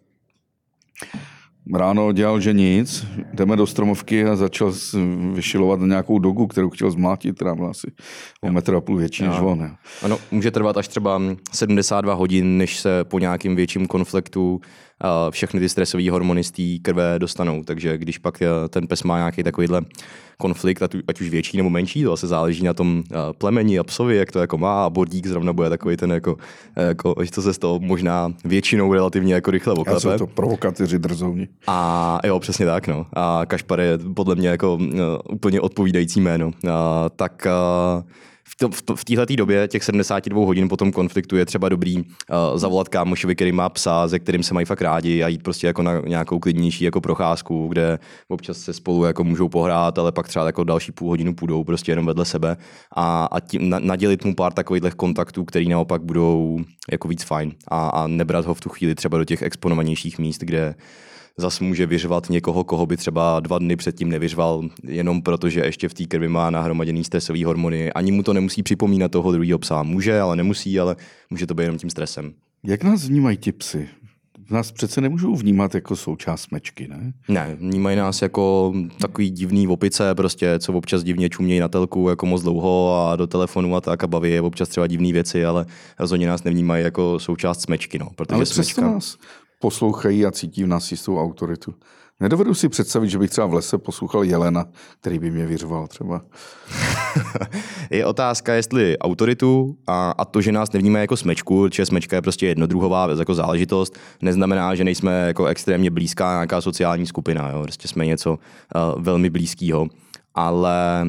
Ráno dělal, že nic, jdeme do stromovky a začal vyšilovat nějakou dogu, kterou chtěl zmlátit, která byla asi o metr a půl větší než on. Ano, může trvat až třeba sedmdesát dva hodin, než se po nějakým větším konfliktu všechny ty stresové hormony z té krve dostanou. Takže když pak ten pes má nějaký takovýhle konflikt, ať už větší nebo menší, to asi záleží na tom plemeni a psovi, jak to jako má, a bordík zrovna bude takový ten jako, jako to se z toho možná většinou relativně jako rychle oklepe. A jsou to provokatéři drzouni. A jo, přesně tak, no. A Kašpar je podle mě jako uh, úplně odpovídající jméno. Uh, tak uh, v téhleté době těch sedmdesát dva hodin po tom konfliktu je třeba dobrý uh, zavolat kámošovi, který má psa, se kterým se mají fakt rádi, a jít prostě jako na nějakou klidnější jako procházku, kde občas se spolu jako můžou pohrát, ale pak třeba jako další půl hodinu půjdou prostě jenom vedle sebe a, a tím, na, nadělit mu pár takových kontaktů, který naopak budou jako víc fajn, a, a nebrat ho v tu chvíli třeba do těch exponovanějších míst, kde zas může vyřvat někoho, koho by třeba dva dny předtím nevyřval, jenom proto, že ještě v té krvi má nahromaděný stresový hormony. Ani mu to nemusí připomínat toho druhého psa. Může, ale nemusí, ale může to být jenom tím stresem. Jak nás vnímají ti psy? Nás přece nemůžou vnímat jako součást smečky, ne? Ne, vnímají nás jako takový divný opice, prostě, co občas divně čumějí na telku jako moc dlouho a do telefonu a tak a baví je občas třeba divný věci, ale rozhodně nás nevnímají jako součást smečky. No, protože ale přesto smečka... nás poslouchají a cítí v nás jistou autoritu. Nedovedu si představit, že bych třeba v lese poslouchal jelena, který by mě vyřval třeba. Je otázka, jestli autoritu a, a to, že nás nevnímají jako smečku, že smečka je prostě jednodruhová jako záležitost, neznamená, že nejsme jako extrémně blízká nějaká sociální skupina. Jo? Prostě jsme něco uh, velmi blízkého. Ale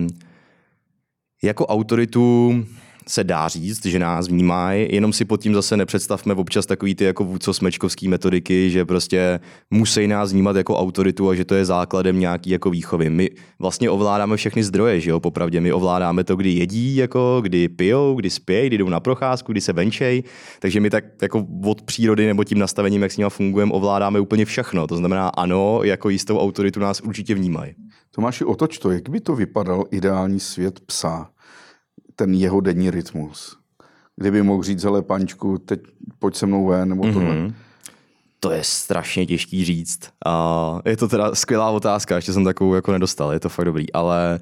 jako autoritu se dá říct, že nás vnímají, jenom si pod tím zase nepředstavme občas takový ty jako vůdco smečkovský metodiky, že prostě musí nás vnímat jako autoritu a že to je základem nějaký jako výchovy. My vlastně ovládáme všechny zdroje, že jo, popravdě. My ovládáme to, kdy jedí, jako kdy pijou, kdy spějí, kdy jdou na procházku, kdy se venčej, takže my tak jako od přírody nebo tím nastavením, jak s nimi fungujeme, ovládáme úplně všechno. To znamená, ano, jako jistou autoritu nás určitě vnímají. Tomáši, otoč to, jak by to vypadal ideální svět psa? Ten jeho denní rytmus. Kdyby mohl říct, hele, Paňčku, teď pojď se mnou ven, nebo tohle. Mm-hmm. To je strašně těžký říct. A je to teda skvělá otázka, ještě jsem takovou jako nedostal, je to fakt dobrý, ale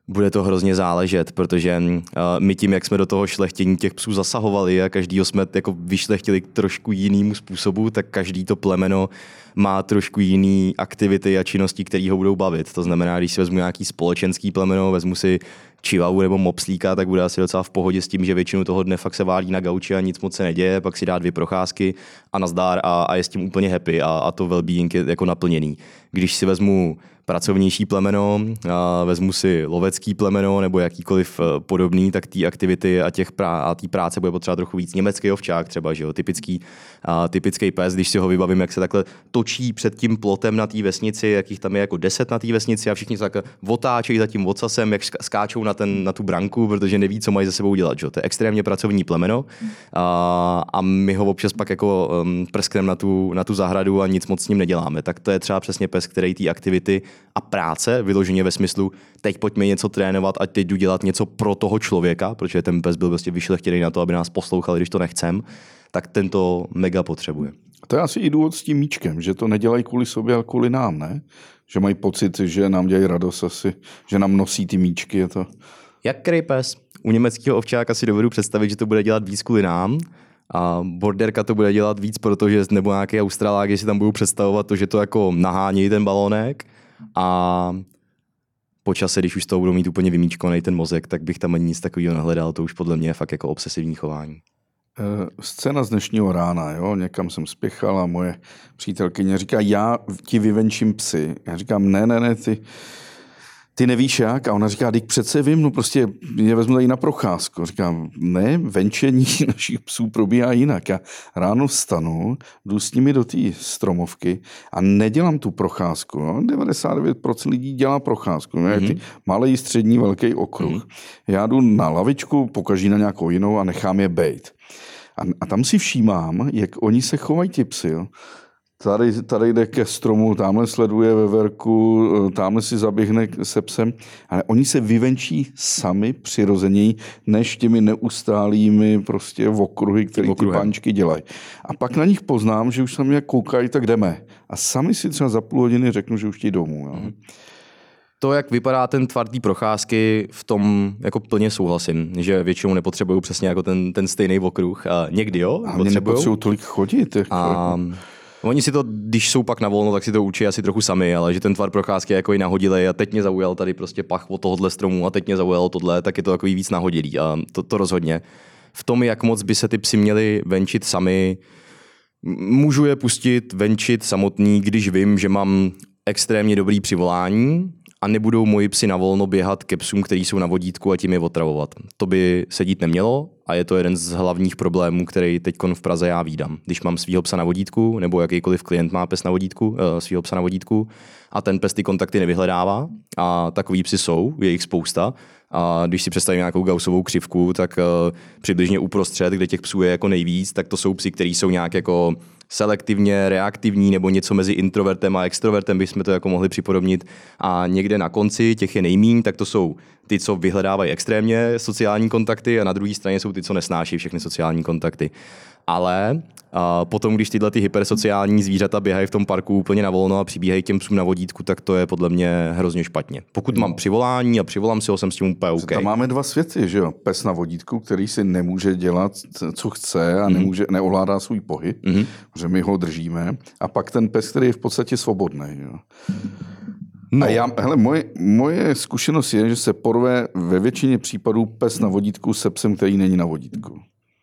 Bude to hrozně záležet, protože uh, my tím, jak jsme do toho šlechtění těch psů zasahovali a každýho jsme jako vyšlechtili k trošku jinému způsobu, tak každý to plemeno má trošku jiný aktivity a činnosti, které ho budou bavit. To znamená, když si vezmu nějaký společenský plemeno, vezmu si čivavu nebo mopslíka, tak bude asi docela v pohodě s tím, že většinu toho dne fakt se válí na gauči a nic moc se neděje, pak si dá dvě procházky a nazdár a, a je s tím úplně happy a, a to well-being je jako naplněný. Když si vezmu pracovnější plemeno, a vezmu si lovecký plemeno nebo jakýkoliv podobný, tak té aktivity a těch prá- a té práce bude potřeba trochu víc. Německý ovčák třeba, že jo, typický, a, typický pes, když si ho vybavím, jak se takhle točí před tím plotem na té vesnici, jakých tam je jako deset na té vesnici a všichni se takhle otáčejí za tím ocasem, jak skáčou na, ten, na tu branku, protože neví, co mají za sebou dělat. Že? To je extrémně pracovní plemeno a, a my ho občas pak jako um, prskneme na tu, na tu zahradu a nic moc s ním neděláme. Tak to je třeba přesně pes, který ty aktivity a práce vyloženě ve smyslu, teď pojďme něco trénovat a teď jdu dělat něco pro toho člověka, protože ten pes byl prostě vyšlechtěný na to, aby nás poslouchal, když to nechcem, tak tento mega potřebuje. To je asi i důvod s tím míčkem, že to nedělají kvůli sobě, ale kvůli nám, ne? Že mají pocit, že nám dělají radost asi, že nám nosí ty míčky. Je to... Jak který pes? U německého ovčáka si dovedu představit, že to bude dělat víc kvůli nám, a borderka to bude dělat víc, protože nebo nějaký Australák, že si tam budou představovat to, že to jako nahání ten balónek a po čase, když už z toho budou mít úplně vymíčkovaný ten mozek, tak bych tam ani nic takového nehledal, to už podle mě je fakt jako obsesivní chování. Scéna z dnešního rána, jo, někam jsem spěchal a moje přítelkyně říká, já ti vyvenčím psy. Já říkám, ne, ne, ne, ty, ty nevíš jak? A ona říká, teď přece vím, no prostě je vezmu tady na procházku. Říkám, ne, venčení našich psů probíhá jinak. Já ráno vstanu, jdu s nimi do té stromovky a nedělám tu procházku. No. devadesát devět procent lidí dělá procházku. Mm-hmm. Ty malý, střední, velký okruh. Mm-hmm. Já jdu na lavičku, pokaží na nějakou jinou a nechám je bejt. A, a tam si všímám, jak oni se chovají ti psy. Jo. Tady, tady jde ke stromu, tamhle sleduje veverku, tamhle si zaběhne se psem, ale oni se vyvenčí sami přirozeněji, než těmi neustálými prostě okruhy, které ty páničky dělají. A pak na nich poznám, že už se mě koukají, tak jdeme. A sami si třeba za půl hodiny řeknu, že už ti domů. Jo. To, jak vypadá ten tvar té procházky, v tom jako plně souhlasím, že většinou nepotřebují přesně jako ten, ten stejný okruh. A někdy jo, a mě nepotřebují tolik chodit. Jako. A oni si to, když jsou pak na volno, tak si to učí asi trochu sami, ale že ten tvar procházky je jako i nahodilej a teď mě zaujal tady prostě pach od tohohle stromu a teď mě zaujalo tohle, tak je to takový víc nahodilý a to, to rozhodně. V tom, jak moc by se ty psi měli venčit sami, můžu je pustit venčit samotný, když vím, že mám extrémně dobrý přivolání a nebudou moji psi na volno běhat ke psům, který jsou na vodítku a tím je otravovat. To by se dít nemělo a je to jeden z hlavních problémů, který teď v Praze já vídám. Když mám svýho psa na vodítku, nebo jakýkoliv klient má pes na vodítku, svýho psa na vodítku a ten pes ty kontakty nevyhledává a takový psi jsou, je jich spousta. A když si představím nějakou gaussovou křivku, tak uh, přibližně uprostřed, kde těch psů je jako nejvíc, tak to jsou psi, kteří jsou nějak jako selektivně reaktivní nebo něco mezi introvertem a extrovertem, bychom to jako mohli připodobnit. A někde na konci těch je nejmíň, tak to jsou ty, co vyhledávají extrémně sociální kontakty a na druhé straně jsou ty, co nesnáší všechny sociální kontakty. Ale a potom, když tyhle ty hypersociální zvířata běhají v tom parku úplně na volno a přibíhají těm psům na vodítku, tak to je podle mě hrozně špatně. Pokud mám přivolání a přivolám si ho, jsem s tím úplně OK. Tam máme dva světy, že jo? Pes na vodítku, který si nemůže dělat, co chce a nemůže, neovládá svůj pohyb, mm-hmm. že my ho držíme. A pak ten pes, který je v podstatě svobodný. Jo? No. A já, hele, moje, moje zkušenost je, že se porve ve většině případů pes na vodítku se psem, který není na vodítku.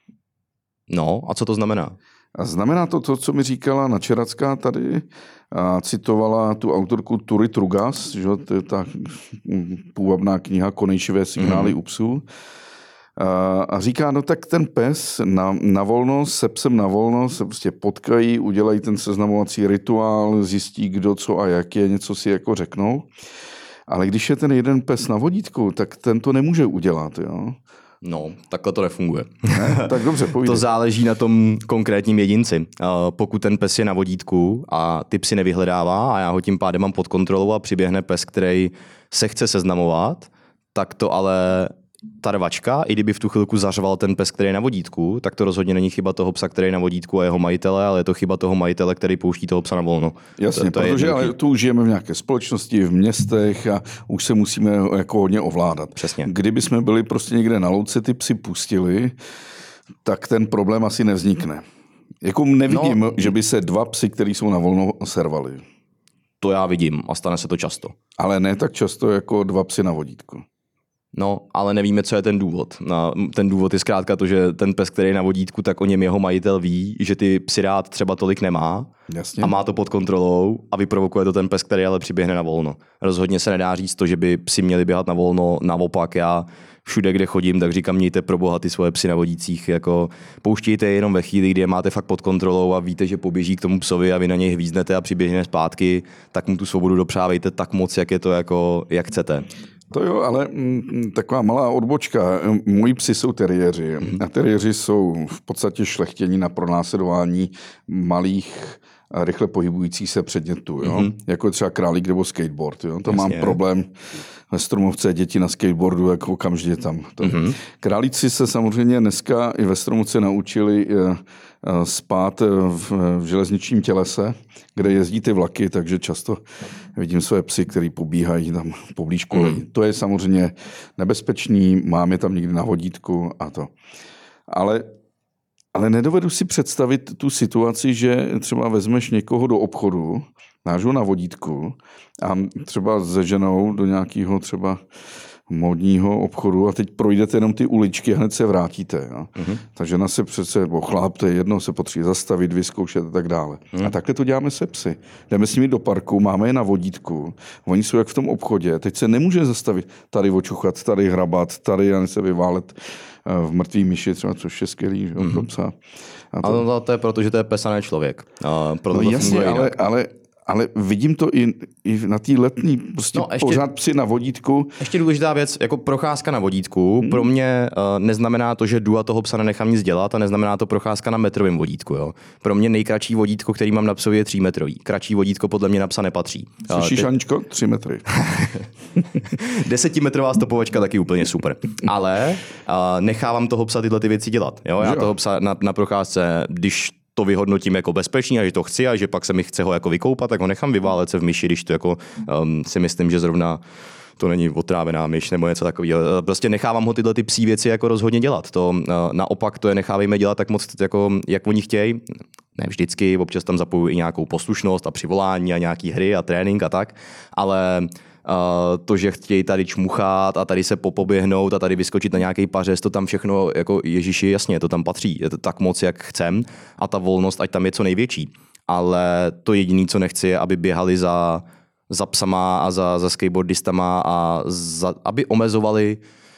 No, a co to znamená? A znamená to to, co mi říkala Načeracká tady, a citovala tu autorku Tury Trugas, že to je ta půvabná kniha Konejšivé signály mm-hmm. u psů. A, a říká, no tak ten pes na, na volno, se psem na volno se prostě potkají, udělají ten seznamovací rituál, zjistí, kdo co a jak je, něco si jako řeknou. Ale když je ten jeden pes na vodítku, tak ten to nemůže udělat, jo. No, takhle to nefunguje. Ne? Tak dobře, povídej. To záleží na tom konkrétním jedinci. Pokud ten pes je na vodítku a ty psy nevyhledává a já ho tím pádem mám pod kontrolou a přiběhne pes, který se chce seznamovat, tak to ale ta rvačka, i kdyby v tu chvilku zařval ten pes, který je na vodítku, tak to rozhodně není chyba toho psa, který je na vodítku a jeho majitele, ale je to chyba toho majitele, který pouští toho psa na volno. Jasně, to, to protože ale tu už žijeme v nějaké společnosti, v městech a už se musíme jako hodně ovládat. Přesně. Kdyby jsme byli prostě někde na louce, ty psy pustili, tak ten problém asi nevznikne. Jako nevidím, no, že by se dva psy, který jsou na volno, servali. To já vidím a stane se to často. Ale ne tak často jako dva psy na vodítku. No, ale nevíme, co je ten důvod. No, ten důvod je zkrátka to, že ten pes, který je na vodítku, tak o něm jeho majitel ví, že ty psy rád třeba tolik nemá. Jasně. A má to pod kontrolou a vyprovokuje to ten pes, který ale přiběhne na volno. Rozhodně se nedá říct to, že by psi měli běhat na volno, naopak já všude, kde chodím, tak říkám, mějte pro boha ty svoje psy na vodících, jako pouštějte je jenom ve chvíli, kdy je máte fakt pod kontrolou a víte, že poběží k tomu psovi a vy na něj hvízdnete a přiběhne zpátky, tak mu tu svobodu dopřávejte tak moc, jak je to jako, jak chcete. To jo, ale m, taková malá odbočka. Moji psi jsou teriéři a teriéři jsou v podstatě šlechtění na pronásledování malých a rychle pohybujících se předmětů. Jo? Mm-hmm. Jako třeba králík nebo skateboard. Jo? To Jasně. mám problém ve Stromovce, děti na skateboardu, jako okamžitě tam. Mm-hmm. Králíci se samozřejmě dneska i ve Stromovce naučili spát v, v železničním tělese, kde jezdí ty vlaky, takže často vidím své psy, který pobíhají tam poblíž kolejí. Mm. To je samozřejmě nebezpečný, máme tam někdy na vodítku a to. Ale, ale nedovedu si představit tu situaci, že třeba vezmeš někoho do obchodu, máš ho na vodítku a třeba se ženou do nějakého třeba modního obchodu a teď projdete jenom ty uličky a hned se vrátíte. Jo? Uh-huh. Ta žena se přece, bo chlap, to je jedno, se potřebuje zastavit, vyzkoušet a tak dále. Uh-huh. A takhle to děláme se psy. Jdeme s nimi do parku, máme je na vodítku, oni jsou jak v tom obchodě, teď se nemůže zastavit, tady očuchat, tady hrabat, tady a se vyválet v mrtvý myši, třeba, což je skvělý, že, uh-huh. pro psa. A to... Ale to je proto, že to je pes a ne člověk. A proto no jasně, ale, ale Ale vidím to i, i na té letní, prostě no, ještě, pořád psi na vodítku. Ještě důležitá věc, jako procházka na vodítku, hmm. pro mě uh, neznamená to, že jdu a toho psa nenechám nic dělat a neznamená to procházka na metrovém vodítku. Jo. Pro mě nejkratší vodítko, který mám na psovi, je třímetrový. Kratší vodítko podle mě na psa nepatří. Slyšíš, uh, ty... Aničko? Tři metry. Desetimetrová stopovačka taky úplně super. Ale uh, nechávám toho psa tyhle ty věci dělat. Jo. Já jo. toho psa na, na procházce, když to vyhodnotím jako bezpečný a že to chci a že pak se mi chce ho jako vykoupat, tak ho nechám vyválet se v myši, když to jako um, si myslím, že zrovna to není otrávená myš nebo něco takového. Prostě nechávám ho tyhle ty psí věci jako rozhodně dělat. To uh, naopak to je nechávejme dělat tak moc, jako, jak oni chtějí. Ne vždycky, občas tam zapojuji i nějakou poslušnost a přivolání a nějaký hry a trénink a tak, ale Uh, to, že chtějí tady čmuchat a tady se popoběhnout a tady vyskočit na nějaký pařez, to tam všechno, jako Ježíši, jasně, to tam patří. Je to tak moc, jak chcem a ta volnost, ať tam je co největší. Ale to jediné, co nechci, je, aby běhali za, za psama a za, za skateboardistama a za, aby omezovali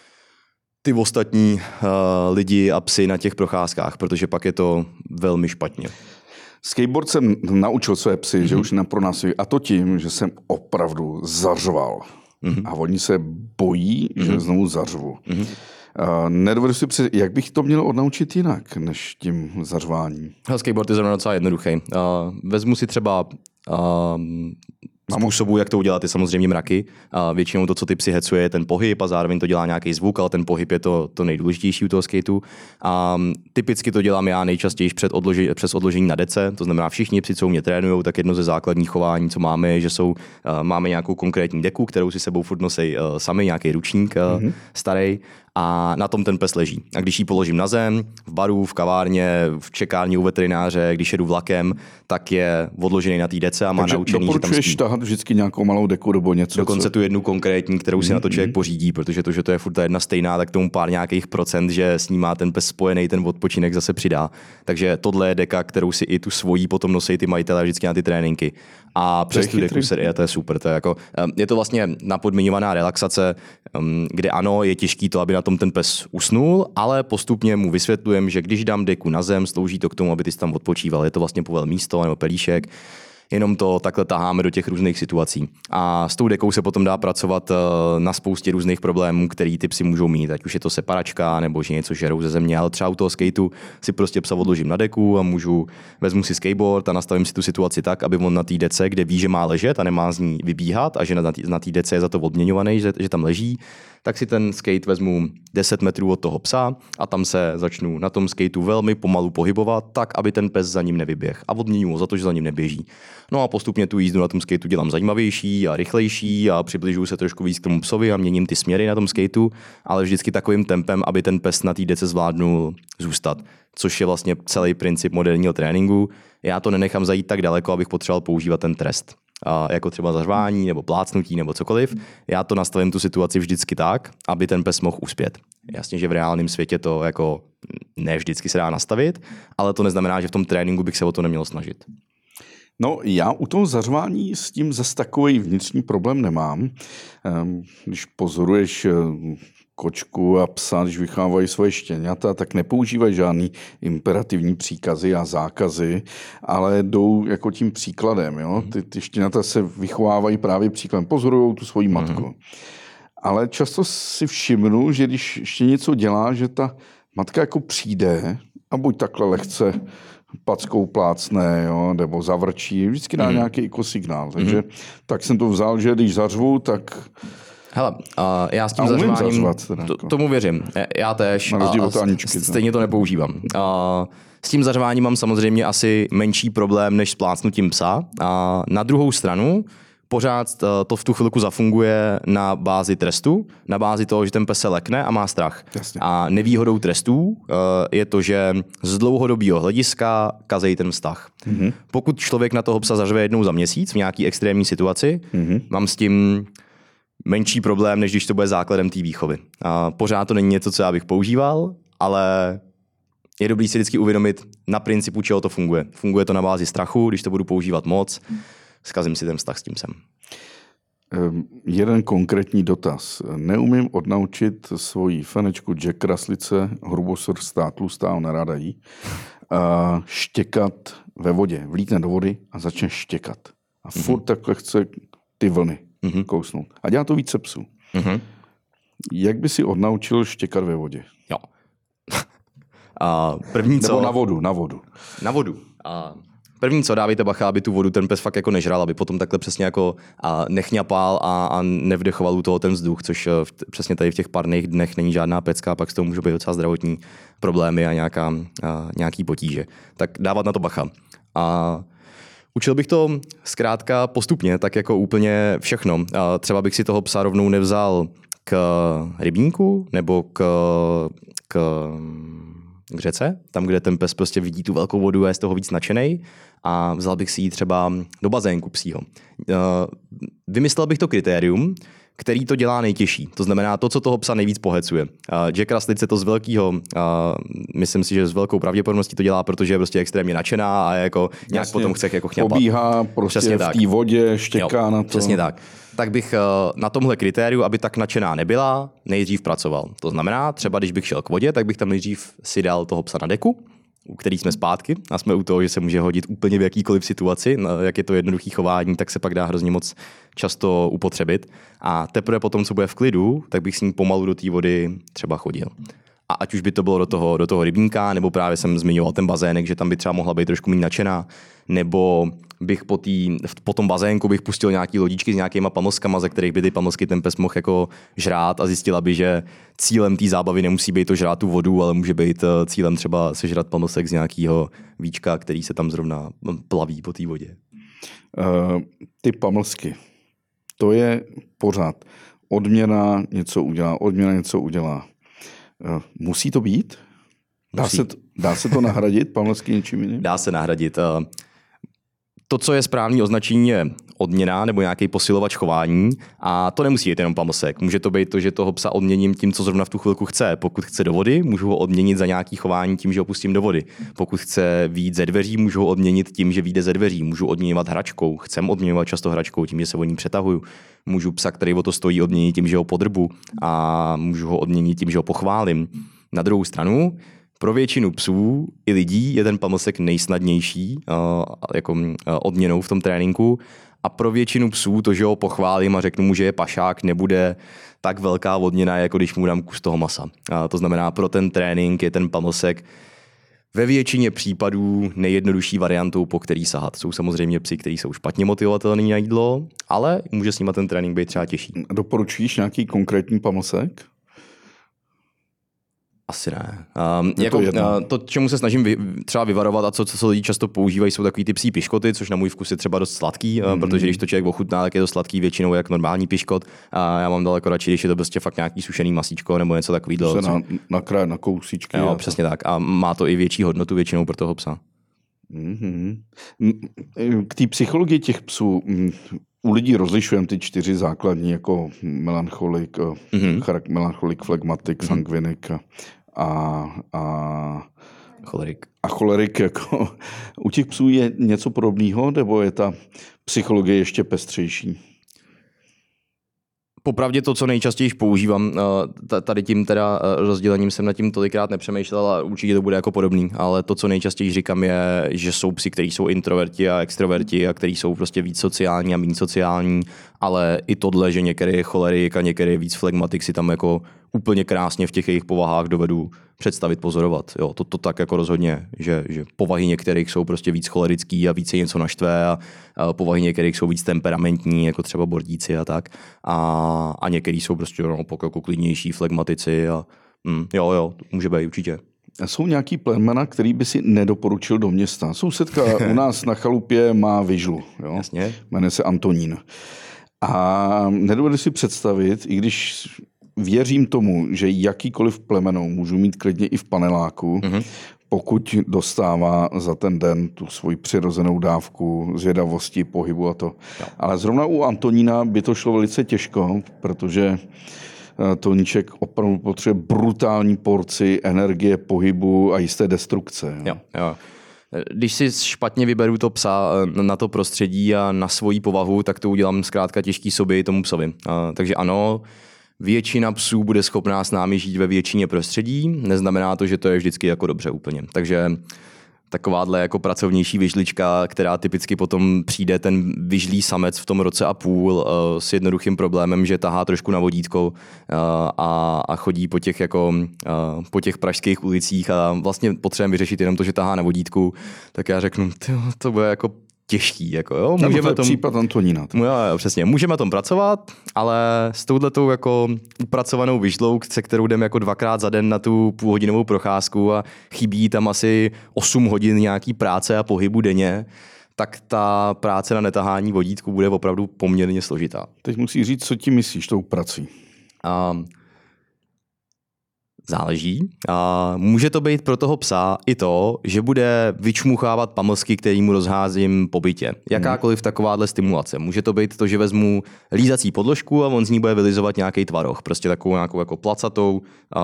ty ostatní uh, lidi a psy na těch procházkách, protože pak je to velmi špatně. Skateboard jsem naučil své psy, mm-hmm. že už nepronásilí. A to tím, že jsem opravdu zařval. Mm-hmm. A oni se bojí, mm-hmm. že znovu zařvu. Mm-hmm. Uh, nedovedu si při... jak bych to měl odnaučit jinak, než tím zařváním. Skateboard je zrovna docela jednoduchý. Uh, vezmu si třeba uh, způsobů, jak to udělat, je samozřejmě mraky. A většinou to, co ty psi hecuje, je ten pohyb a zároveň to dělá nějaký zvuk, ale ten pohyb je to, to nejdůležitější u toho skateu. A typicky to dělám já nejčastěji před odloži, přes odložení na dece, to znamená všichni psi, co mě trénujou, tak jedno ze základních chování, co máme, je, že jsou, uh, máme nějakou konkrétní deku, kterou si sebou furt nosej uh, sami, nějaký ručník uh, mm-hmm. starý. A na tom ten pes leží. A když ji položím na zem, v baru, v kavárně, v čekárně u veterináře, když jedu vlakem, tak je odložený na té dece a má takže naučený, že tam spí. Doporučuješ tahat vždycky nějakou malou deku nebo něco? Dokonce co? tu jednu konkrétní, kterou si mm-hmm. na to člověk pořídí, protože to, že to je furt ta jedna stejná, tak tomu pár nějakých procent, že s ní má ten pes spojený, ten odpočinek zase přidá. Takže tohle je deka, kterou si i tu svojí potom nosí ty majitelé vždycky na ty tréninky. A přes tu deku se, je, to je super. To je, jako, je to vlastně napodmiňovaná relaxace, kde ano, je těžký to, aby na tom ten pes usnul, ale postupně mu vysvětlujem, že když dám deku na zem, slouží to k tomu, aby ty tam odpočíval. Je to vlastně povel místo nebo pelíšek. Jenom to takhle taháme do těch různých situací. A s tou dekou se potom dá pracovat na spoustě různých problémů, který ty psi můžou mít. Ať už je to separačka, nebo že něco žerou ze země, ale třeba u toho skateu si prostě psa odložím na deku a můžu, vezmu si skateboard a nastavím si tu situaci tak, aby on na té dece, kde ví, že má ležet a nemá z ní vybíhat a že na té dece je za to odměňovaný, že, že tam leží, tak si ten skate vezmu deset metrů od toho psa a tam se začnu na tom skateu velmi pomalu pohybovat, tak, aby ten pes za ním nevyběh. A odměňuji ho za to, že za ním neběží. No a postupně tu jízdu na tom skateu dělám zajímavější a rychlejší a přibližuju se trošku víc k tomu psovi a měním ty směry na tom skateu, ale vždycky takovým tempem, aby ten pes na té dece zvládnul zůstat. Což je vlastně celý princip moderního tréninku. Já to nenechám zajít tak daleko, abych potřeboval používat ten trest. A jako třeba zařvání nebo plácnutí nebo cokoliv. Já to nastavím tu situaci vždycky tak, aby ten pes mohl uspět. Jasně, že v reálném světě to jako ne vždycky se dá nastavit, ale to neznamená, že v tom tréninku bych se o to neměl snažit. No, já u toho zařvání s tím zase takový vnitřní problém nemám. Když pozoruješ kočku a psa, když vychovávají svoje štěňata, tak nepoužívají žádný imperativní příkazy a zákazy, ale jdou jako tím příkladem. Jo? Ty, ty štěňata se vychovávají právě příkladem, pozorují tu svoji matku. Mm-hmm. Ale často si všimnu, že když ještě něco dělá, že ta matka jako přijde a buď takhle lehce packou plácne, jo, nebo zavrčí, vždycky dá mm. nějaký jako signál. Takže mm. tak jsem to vzal, že když zařvu, tak... Hele, uh, já s tím zařváním, zařvat, teda, to, tomu věřím. Já též a, a Aničky, stejně to nepoužívám. Uh, s tím zařváním mám samozřejmě asi menší problém, než s plácnutím psa. A na druhou stranu, pořád to v tu chvilku zafunguje na bázi trestu, na bázi toho, že ten pes se lekne a má strach. Jasně. A nevýhodou trestů je to, že z dlouhodobého hlediska kazejí ten vztah. Mm-hmm. Pokud člověk na toho psa zařve jednou za měsíc v nějaký extrémní situaci, mm-hmm. mám s tím menší problém, než když to bude základem té výchovy. A pořád to není něco, co já bych používal, ale je dobrý si vždycky uvědomit na principu, čeho to funguje. Funguje to na bázi strachu, když to budu používat moc, zkazím si ten vztah s tím psem. Jeden konkrétní dotaz. Neumím odnaučit svoji fanečku Jack Kraslice, hrubosrstá, tlustá, ona ráda jí, štěkat ve vodě. Vlítne do vody a začne štěkat. A furt mm-hmm. takhle chce ty vlny mm-hmm. kousnout. A dělá to více psů. Mm-hmm. Jak by si odnaučil štěkat ve vodě? Jo. A první co... Nebo na vodu, na vodu. Na vodu. A první co, dávejte bacha, aby tu vodu ten pes fakt jako nežral, aby potom takhle přesně jako a nechňapal a, a nevdechoval u toho ten vzduch, což v, přesně tady v těch parných dnech není žádná pecka a pak z toho můžou být docela zdravotní problémy a, nějaká, a nějaký potíže. Tak dávat na to bacha. A učil bych to zkrátka postupně, tak jako úplně všechno. A třeba bych si toho psa rovnou nevzal k rybníku nebo k, k, k řece, tam, kde ten pes prostě vidí tu velkou vodu a je z toho víc nadšenej, a vzal bych si ji třeba do bazénku psího. Vymyslel bych to kritérium, který to dělá nejtěžší. To znamená to, co toho psa nejvíc pohecuje. Jack Kraslice to z velkého, myslím si, že s velkou pravděpodobností to dělá, protože je prostě extrémně nadšená a jako nějak Jasně, potom chce jako chňapat. Pobíhá prostě přesně v té vodě, štěká jo, na to. Přesně tak. Tak bych na tomhle kritériu, aby tak nadšená nebyla, nejdřív pracoval. To znamená, třeba když bych šel k vodě, tak bych tam nejdřív si dal toho psa na deku, u který jsme zpátky a jsme u toho, že se může hodit úplně v jakýkoliv situaci. Jak je to jednoduchý chování, tak se pak dá hrozně moc často upotřebit. A teprve potom, co bude v klidu, tak bych s ním pomalu do té vody třeba chodil. A ať už by to bylo do toho, do toho rybníka, nebo právě jsem zmiňoval ten bazének, že tam by třeba mohla být trošku méně nadšená, nebo bych po, tý, po tom bazénku bych pustil nějaký lodičky s nějakýma pamlskama, ze kterých by ty pamlsky ten pes mohl jako žrát, a zjistila by, že cílem té zábavy nemusí být to žrát tu vodu, ale může být cílem třeba sežrat pamlsek z nějakého víčka, který se tam zrovna plaví po té vodě. Uh, ty pamlsky, to je pořád. Odměna něco udělá, odměna něco udělá. Uh, musí to být? Dá se, to, dá se to nahradit, pamlsky něčím jiným? Dá se nahradit. To, co je správný označení, je odměna nebo nějaký posilovač chování, a to nemusí být jenom pamlsek. Může to být to, že toho psa odměním tím, co zrovna v tu chvilku chce. Pokud chce do vody, můžu ho odměnit za nějaký chování tím, že ho pustím do vody. Pokud chce vyjít ze dveří, můžu ho odměnit tím, že vyjde ze dveří. Můžu odměňovat hračkou, chcem odměňovat často hračkou tím, že se o ní přetahuju. Můžu psa, který o to stojí, odměnit tím, že ho podrbu, a můžu ho odměnit tím, že ho pochválím. Na druhou stranu, pro většinu psů i lidí je ten pamlsek nejsnadnější uh, jako uh, odměnou v tom tréninku, a pro většinu psů to, že ho pochválím a řeknu mu, že je pašák, nebude tak velká odměna, jako když mu dám kus toho masa. Uh, to znamená, pro ten trénink je ten pamlsek ve většině případů nejjednodušší variantou, po který sahat. Jsou samozřejmě psi, kteří jsou špatně motivovatelný na jídlo, ale může s nimi ten trénink být třeba těžší. Doporučíš nějaký konkrétní pamlsek? Asi ne. Um, Je jako, to jedno. uh, to, čemu se snažím vy, třeba vyvarovat a co, co lidi často používají, jsou takový ty psí piškoty, což na můj vkus je třeba dost sladký, mm. uh, protože když to člověk ochutná, tak je to sladký většinou jak normální piškot. A já mám daleko radši, když je to prostě fakt nějaký sušený masíčko nebo něco takového. Se na, na kraj, na kousíčky. Jo, a přesně tak. A má to i větší hodnotu většinou pro toho psa. Mm-hmm. K té psychologii těch psů, u lidí rozlišujeme ty čtyři základní, jako melancholik, mm-hmm. charak, melancholik, flegmatik, mm-hmm. sangvinik a, a cholerik. A cholerik, jako u těch psů je něco podobného, nebo je ta psychologie ještě pestřejší? Popravdě to, co nejčastěji používám, tady tím teda rozdělením jsem nad tím tolikrát nepřemýšlel a určitě to bude jako podobný, ale to, co nejčastěji říkám, je, že jsou psi, kteří jsou introverti a extroverti a kteří jsou prostě víc sociální a méně sociální, ale i tohle, že některý je cholerik a některý je víc flegmatik, si tam jako úplně krásně v těch jejich povahách dovedu představit, pozorovat. Jo, to, to tak jako rozhodně, že, že povahy některých jsou prostě víc cholerický a víc je něco naštve a, a povahy některých jsou víc temperamentní, jako třeba bordíci a tak. A, a některý jsou prostě no, jako klidnější, flegmatici a mm, jo, jo, může být určitě. A jsou nějaký plemena, který by si nedoporučil do města? Sousedka u nás na chalupě má vyžlu. Jo? Jasně. Jmenuje se Antonín. A nedovedu si představit, i když věřím tomu, že jakýkoliv plemenou můžu mít klidně i v paneláku, mm-hmm. pokud dostává za ten den tu svoji přirozenou dávku zvědavosti, pohybu a to. Jo. Ale zrovna u Antonína by to šlo velice těžko, protože Toníček opravdu potřebuje brutální porci energie, pohybu a jisté destrukce. Jo, jo. Když si špatně vyberu to psa na to prostředí a na svoji povahu, tak to udělám zkrátka těžký sobě tomu psovi. Takže ano, většina psů bude schopná s námi žít ve většině prostředí, neznamená to, že to je vždycky jako dobře úplně. Takže takováhle jako pracovnější vyžlička, která typicky potom přijde ten vyžlý samec v tom roce a půl uh, s jednoduchým problémem, že tahá trošku na vodítko uh, a, a chodí po těch, jako, uh, po těch pražských ulicích a vlastně potřebujeme vyřešit jenom to, že tahá na vodítku, tak já řeknu, to bude jako těžký. Jako, jo? Můžeme to je tom... případ Antonína. Jo, jo, přesně. Můžeme na tom pracovat, ale s touhletou jako upracovanou vyžlou, se kterou jdeme jako dvakrát za den na tu půlhodinovou procházku a chybí tam asi osm hodin nějaký práce a pohybu denně, tak ta práce na netahání vodítku bude opravdu poměrně složitá. Teď musíš říct, co ti myslíš tou prací. Um, Záleží. A může to být pro toho psa i to, že bude vyčmuchávat pamlsky, který mu rozházím po bytě. Jakákoliv takováhle stimulace. Může to být to, že vezmu lízací podložku a on z ní bude vylizovat nějaký tvaroh. Prostě takovou nějakou jako placatou,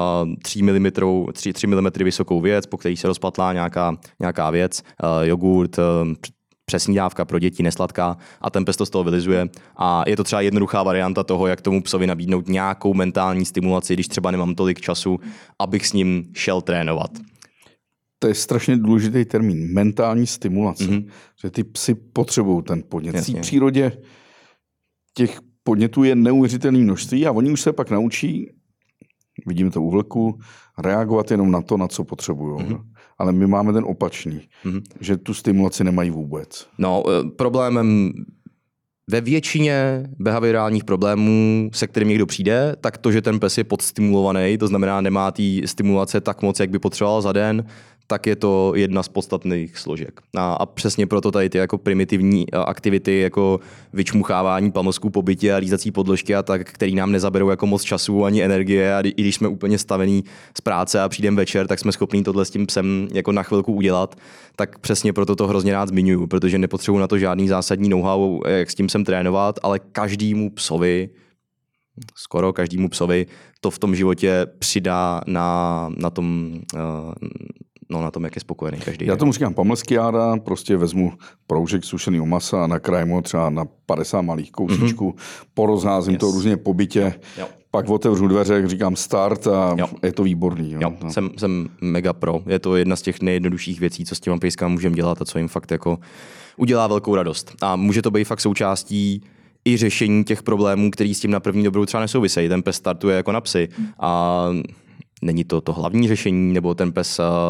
tři milimetry vysokou věc, po který se rozpatlá nějaká, nějaká věc, jogurt, přesní dávka pro děti, nesladká a ten pes to z toho vylizuje. A je to třeba jednoduchá varianta toho, jak tomu psovi nabídnout nějakou mentální stimulaci, když třeba nemám tolik času, abych s ním šel trénovat. To je strašně důležitý termín. Mentální stimulace. Mm-hmm. Že ty psy potřebují ten podnět. V přírodě těch podnětů je neuvěřitelné množství a oni už se pak naučí, vidíme to u vlku, reagovat jenom na to, na co potřebují. Mm-hmm. Ale my máme ten opačný, mm-hmm. že tu stimulaci nemají vůbec. No, problémem ve většině behaviorálních problémů, se kterým někdo přijde, tak to, že ten pes je podstimulovaný, to znamená nemá té stimulace tak moc, jak by potřeboval za den, tak je to jedna z podstatných složek. A, a přesně proto tady ty jako primitivní aktivity, jako vyčmuchávání pamlsků po bytě a lízací podložky a tak, který nám nezaberou jako moc času ani energie a i když jsme úplně stavení z práce a přijdeme večer, tak jsme schopní tohle s tím psem jako na chvilku udělat, tak přesně proto to hrozně rád zmiňuju, protože nepotřebuji na to žádný zásadní know-how, jak s tím psem trénovat, ale každému psovi skoro každému psovi to v tom životě přidá na, na tom uh, No, na tom, jak je spokojený každý. Já tomu říkám pamlskiáda, prostě vezmu proužek sušeného masa a nakrájím ho třeba na padesát malých kousíčků, mm-hmm. porozházím yes. to různě po bytě, jo. Pak otevřu dveře, jak říkám start a jo. je to výborný. Jo. Jo. No. Jsem, jsem mega pro. Je to jedna z těch nejjednodušších věcí, co s těma pejskama můžeme dělat a co jim fakt jako udělá velkou radost. A může to být fakt součástí i řešení těch problémů, který s tím na první dobrou třeba nesouvisejí. Ten pes startuje jako na psy a není to to hlavní řešení, nebo ten pes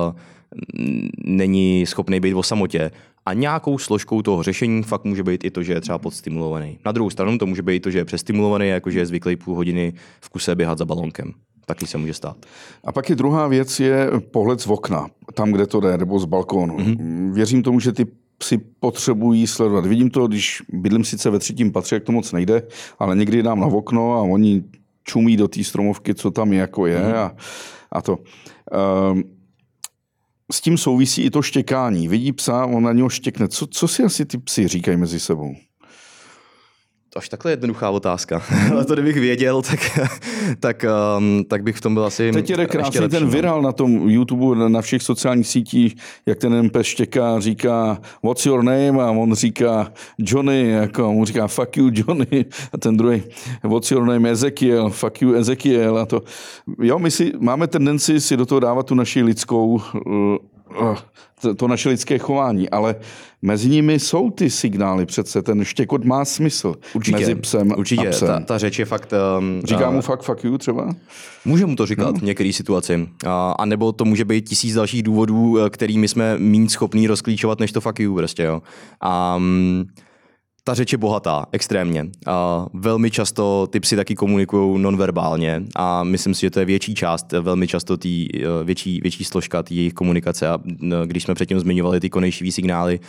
není schopný být o samotě. A nějakou složkou toho řešení fakt může být i to, že je třeba podstimulovaný. Na druhou stranu to může být to, že je přestimulovaný, jakože je zvyklý půl hodiny v kuse běhat za balonkem. Taky se může stát. A pak je druhá věc, je pohled z okna, tam, kde to jde, nebo z balkónu. Mm-hmm. Věřím tomu, že ty psi potřebují sledovat. Vidím to, když bydlím sice ve třetím patře, jak to moc nejde, ale někdy dám na okno a oni čumí do té stromovky, co tam jako je mm-hmm. a, a to. Um, s tím souvisí i to štěkání. Vidí psa, on na něho štěkne. Co, co si asi ty psi říkají mezi sebou? Až takhle jednoduchá otázka. Ale to kdybych věděl, tak, tak, um, tak bych v tom byl asi teď jde krásný ten viral na tom YouTube, na všech sociálních sítích, jak ten pes štěká, říká what's your name a on říká Johnny, jako on říká fuck you Johnny a ten druhý what's your name Ezekiel, fuck you Ezekiel a to. Jo, my si máme tendenci si do toho dávat tu naši lidskou uh, to, to naše lidské chování, ale mezi nimi jsou ty signály přece, ten štěkot má smysl. Určitě, mezi psem určitě. a psem. Ta, ta řeč je fakt... Um, Říká uh, mu fuck, fuck you třeba? Může mu to říkat no. v některé situaci. A, a nebo to může být tisíc dalších důvodů, kterými jsme méně schopní rozklíčovat, než to fuck you prostě, jo. A um, ta řeč je bohatá, extrémně. A velmi často ty psi taky komunikují nonverbálně a myslím si, že to je větší část, velmi často tý, větší, větší složka té jejich komunikace. A když jsme předtím zmiňovali ty konejšivé signály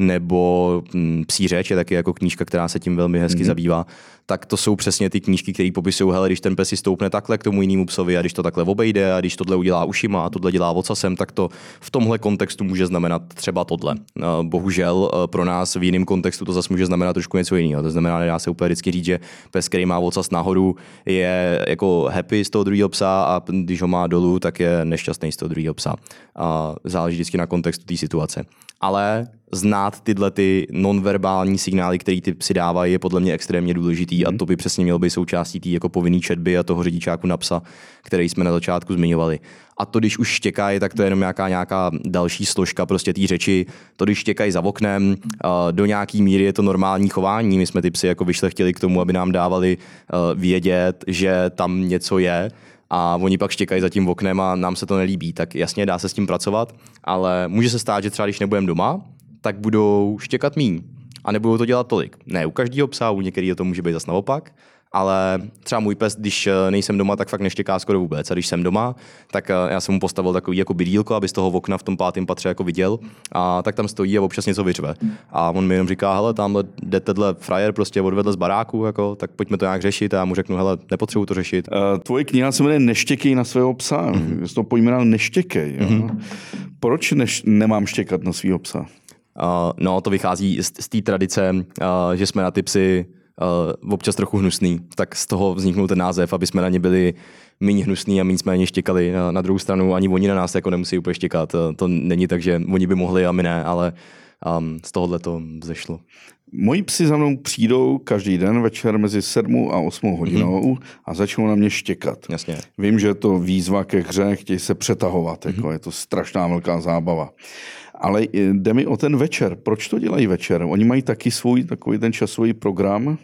nebo Psí řeč je taky jako knížka, která se tím velmi hezky mm-hmm. zabývá, tak to jsou přesně ty knížky, které popisují, hele, když ten pes si stoupne takhle k tomu jinému psovi a když to takhle obejde a když tohle udělá ušima a tohle dělá ocasem, tak to v tomhle kontextu může znamenat třeba tohle. Bohužel pro nás v jiném kontextu to zase může znamenat trošku něco jiného. To znamená, že dá se úplně vždycky říct, že pes, který má ocas nahoru, je jako happy z toho druhého psa a když ho má dolů, tak je nešťastný z toho druhého psa. A záleží vždycky na kontextu té situace. Ale znát tyhle ty nonverbální signály, které ty psi dávají, je podle mě extrémně důležitý mm. a to by přesně mělo být součástí té jako povinný četby a toho řidičáku na psa, který jsme na začátku zmiňovali. A to, když už štěkají, tak to je jenom nějaká, nějaká další složka prostě té řeči. To, když štěkají za oknem, do nějaký míry je to normální chování. My jsme ty psy jako vyšlechtili k tomu, aby nám dávali vědět, že tam něco je. A oni pak štěkají za tím oknem a nám se to nelíbí. Tak jasně, dá se s tím pracovat, ale může se stát, že třeba když nebudeme doma, tak budou štěkat míň a nebudou to dělat tolik. Ne u každého psa, u některého to může být zase naopak, ale třeba můj pes, když nejsem doma, tak fakt neštěká skoro vůbec. A když jsem doma, tak já jsem mu postavil takový jako bydýlko, aby z toho okna v tom pátém patře jako viděl, a tak tam stojí a občas něco vyřve. A on mi jenom říká, hele, tamhle jde tenhle frajer prostě odvedl z baráku, jako, tak pojďme to nějak řešit. A já mu řeknu, hele, nepotřebuji to řešit. Uh, tvoje kniha se jmenuje Neštěkej na svého psa. Mm-hmm. Jsi to pojmenoval Neštěkej. Jo? Mm-hmm. Proč neš- nemám štěkat na svého psa? Uh, no, to vychází z, z té tradice, uh, že jsme na ty psy Uh, občas trochu hnusný, tak z toho vzniknul ten název, aby jsme na ně byli méně hnusný a méně jsme na ně štěkali. Na, na druhou stranu ani oni na nás jako nemusí úplně štěkat. To, to není tak, že oni by mohli a my ne, ale um, z tohohle to vzešlo. Moji psi za mnou přijdou každý den večer mezi sedmou a osmou hodinou mm-hmm. a začnou na mě štěkat. Jasně. Vím, že je to výzva ke hře, chtějí se přetahovat, mm-hmm. jako je to strašná velká zábava. Ale jde mi o ten večer. Proč to dělají večer? Oni mají taky svůj takový ten časový program?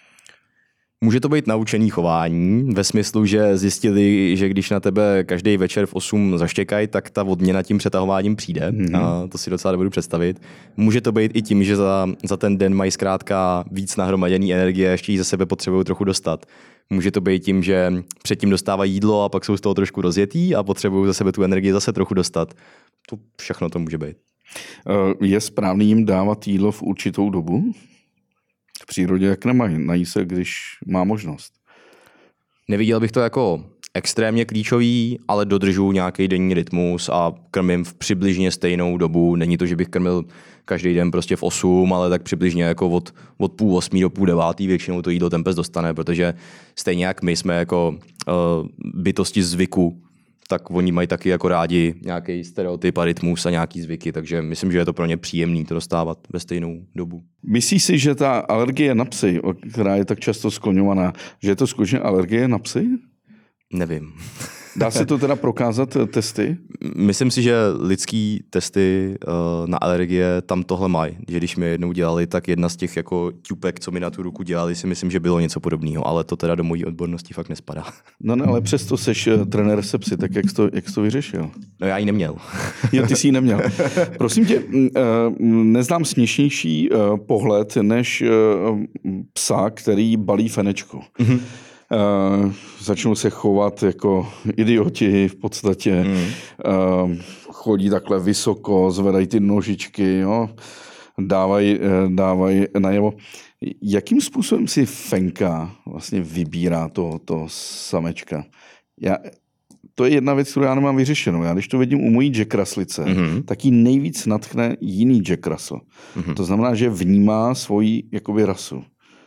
Může to být naučený chování, ve smyslu, že zjistili, že když na tebe každý večer v osm zaštěkají, tak ta odměna tím přetahováním přijde. Mm-hmm. A to si docela dovedu představit. Může to být i tím, že za, za ten den mají zkrátka víc nahromaděný energie a ještě ji za sebe potřebují trochu dostat. Může to být tím, že předtím dostávají jídlo a pak jsou z toho trošku rozjetý a potřebují za sebe tu energii zase trochu dostat. To všechno to může být. Je správný jim dávat jídlo v určitou dobu? V přírodě jak nemají, nají se, když má možnost. Neviděl bych to jako extrémně klíčový, ale dodržuji nějaký denní rytmus a krmím v přibližně stejnou dobu. Není to, že bych krmil každý den prostě v osm, ale tak přibližně jako od, od půl osmí do půl devátý většinou to jídlo ten pes dostane, protože stejně jak my jsme jako uh, bytosti zvyku, tak oni mají taky jako rádi nějaký stereotyp a rytmus a nějaký zvyky, takže myslím, že je to pro ně příjemný to dostávat ve stejnou dobu. Myslíš si, že ta alergie na psy, která je tak často skloňovaná, že je to skutečně alergie na psy? Nevím. Dá se to teda prokázat testy? Myslím si, že lidský testy uh, na alergie tam tohle mají. Že když mi jednou dělali, tak jedna z těch jako tupek, co mi na tu ruku dělali, si myslím, že bylo něco podobného, ale to teda do mojí odbornosti fakt nespadá. No ne, ale přesto seš trenér sepsy, tak jak jsi to, jak jsi to vyřešil? No já ji neměl. Jo, ty jsi ji neměl. Prosím tě, neznám směšnější pohled než psa, který balí fenečku. Mm-hmm. Uh, začnou se chovat jako idioti v podstatě. Mm. Uh, chodí takhle vysoko, zvedají ty nožičky, jo? dávají, dávají najevo. Jakým způsobem si Fenka vlastně vybírá to, to samečka? Já, to je jedna věc, kterou já nemám vyřešenou. Já když to vidím u mojí Jack Russellice, mm-hmm. tak ji nejvíc natchne jiný Jack Russell. Mm-hmm. To znamená, že vnímá svoji jakoby rasu.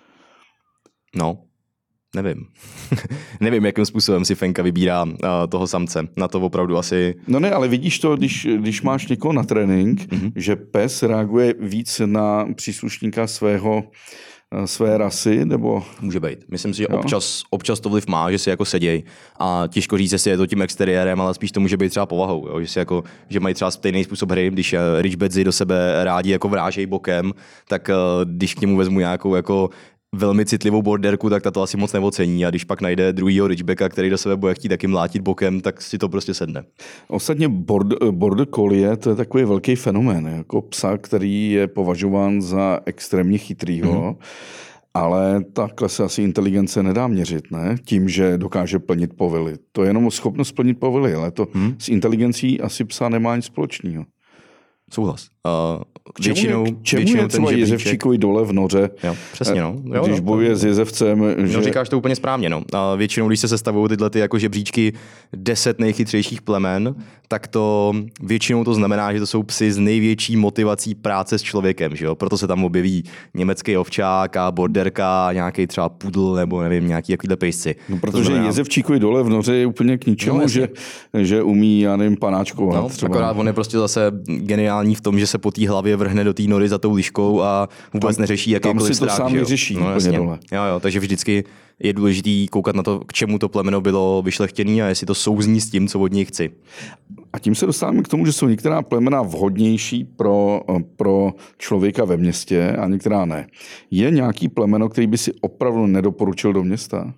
No. Nevím. Nevím, jakým způsobem si Fenka vybírá uh, toho samce. Na to opravdu asi... No ne, ale vidíš to, když, když máš někoho na trénink, mm-hmm. že pes reaguje víc na příslušníka svého, uh, své rasy, nebo... Může být. Myslím si, že občas, občas to vliv má, že si jako seděj a těžko říct, jestli je to tím exteriérem, ale spíš to může být třeba povahou. Jo? Že, si jako, že mají třeba stejný způsob hry, když ridgebedzi do sebe rádi jako vrážejí bokem, tak uh, když k němu vezmu nějakou jako velmi citlivou borderku, tak ta to asi moc neocení. A když pak najde druhýho ridgebacka, který do sebe bude chtít taky mlátit bokem, tak si to prostě sedne. Ostatně border, border collie, to je takový velký fenomén. Jako psa, který je považován za extrémně chytrýho, mm-hmm. ale takhle se asi inteligence nedá měřit, ne? Tím, že dokáže plnit povely. To je jenom schopnost plnit povely, ale to mm-hmm. s inteligencí asi psa nemá nic společného. Souhlas. Uh, K čemu většinou, je, k čemu většinou je třeba jezevčíkovi dole v noře, jo, přesně, no. Jo, když no, bojuje s jezevcem? Že... No říkáš to úplně správně. No. A většinou, když se sestavují tyhle ty jako žebříčky deset nejchytřejších plemen, tak to většinou to znamená, že to jsou psy s největší motivací práce s člověkem. Že jo? Proto se tam objeví německý ovčák a borderka, nějaký třeba pudl nebo nevím, nějaký takovýhle pejsci. No, protože znamená... jezevčíkovi dole v noře je úplně k ničemu, no, že, že umí, já nevím, panáčkovat. No, třeba. Akorát on je prostě zase geniální v tom, že se po té hlavě vrhne do té nory za tou liškou a vůbec tam, neřeší jakýkoliv strach. Tam si to sám vyřeší. No, dole. Jo, jo, takže vždycky je důležitý koukat na to, k čemu to plemeno bylo vyšlechtěné a jestli to souzní s tím, co od něj chci. A tím se dostáváme k tomu, že jsou některá plemena vhodnější pro, pro člověka ve městě a některá ne. Je nějaký plemeno, který by si opravdu nedoporučil do města?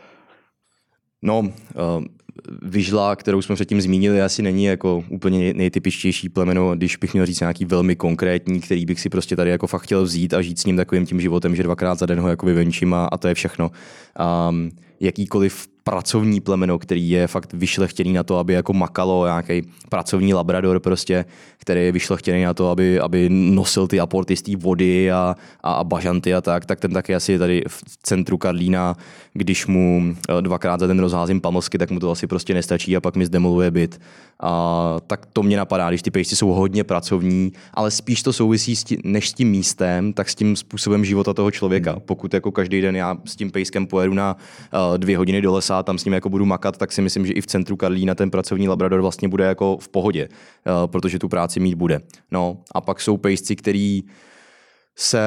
No, uh, vyžla, kterou jsme předtím zmínili, asi není jako úplně nejtypičtější plemeno, když bych měl říct nějaký velmi konkrétní, který bych si prostě tady jako fakt chtěl vzít a žít s ním takovým tím životem, že dvakrát za den ho jako vyvenčím a, a to je všechno. Um, jakýkoliv pracovní plemeno, který je fakt vyšlechtěný na to, aby jako makalo, nějaký pracovní labrador prostě, který je vyšlechtěný na to, aby, aby nosil ty aporty z té vody a, a, a bažanty a tak, tak ten taky asi je tady v centru Karlína, když mu dvakrát za den rozházím pamlsky, tak mu to asi prostě nestačí a pak mi zdemoluje byt. A tak to mě napadá, když ty pejsci jsou hodně pracovní, ale spíš to souvisí s tím, než s tím místem, tak s tím způsobem života toho člověka. Pokud jako každý den já s tím pejskem pojedu na uh, dvě hodiny do lesa, tam s ním jako budu makat, tak si myslím, že i v centru Karlína ten pracovní labrador vlastně bude jako v pohodě, uh, protože tu práci mít bude. No a pak jsou pejsci, který se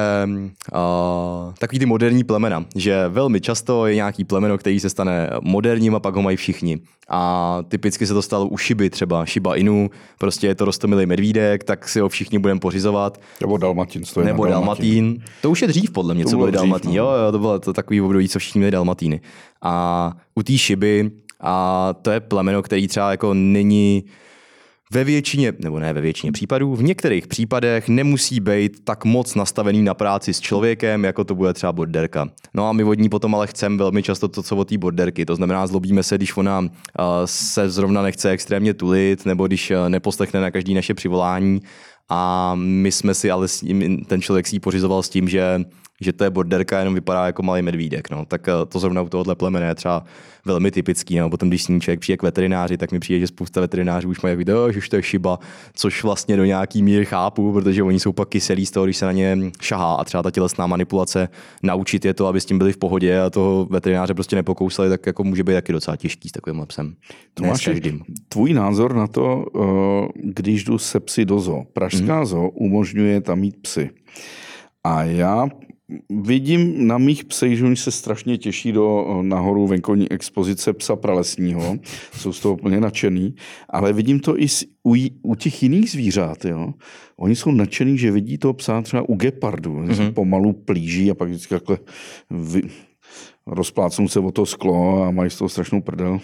uh, takový ty moderní plemena, že velmi často je nějaký plemeno, který se stane moderním a pak ho mají všichni. A typicky se to stalo u Shiby třeba, Shiba Inu, prostě je to roztomilý medvídek, tak si ho všichni budeme pořizovat. Nebo Dalmatín. Nebo Dalmatín. To už je dřív podle mě, to co byly Dalmatíny. No. Jo, jo, to bylo to takový období, co všichni měli Dalmatíny. A u té Shiby, a to je plemeno, který třeba jako není ve většině, nebo ne ve většině případů, v některých případech nemusí být tak moc nastavený na práci s člověkem, jako to bude třeba borderka. No a my od ní potom ale chceme velmi často to, co od té borderky. To znamená, zlobíme se, když ona uh, se zrovna nechce extrémně tulit, nebo když uh, neposlechne na každý naše přivolání. A my jsme si ale s tím, ten člověk si ji pořizoval s tím, že že to je borderka, jenom vypadá jako malý medvídek. No. Tak to zrovna u tohohle plemene je třeba velmi typický. No. Potom, když s ním člověk přijde k veterináři, tak mi přijde, že spousta veterinářů už mají video, že už to je Shiba, což vlastně do nějaký míry chápu, protože oni jsou pak kyselí z toho, když se na ně šahá a třeba ta tělesná manipulace naučit je to, aby s tím byli v pohodě a toho veterináře prostě nepokousali, tak jako může být taky docela těžký s takovým psem. Tomáši, tvůj názor na to, když jdu se psy do zoo. Pražská mm. zoo umožňuje tam mít psy. A já vidím na mých psech, že oni se strašně těší do nahoru venkovní expozice psa pralesního. Jsou z toho úplně nadšený. Ale vidím to i u, u těch jiných zvířat. Jo? Oni jsou nadšený, že vidí toho psa třeba u gepardu. Mm-hmm. Pomalu plíží a pak vždycky takhle vy, rozplácnou se o to sklo a mají z toho strašnou prdel.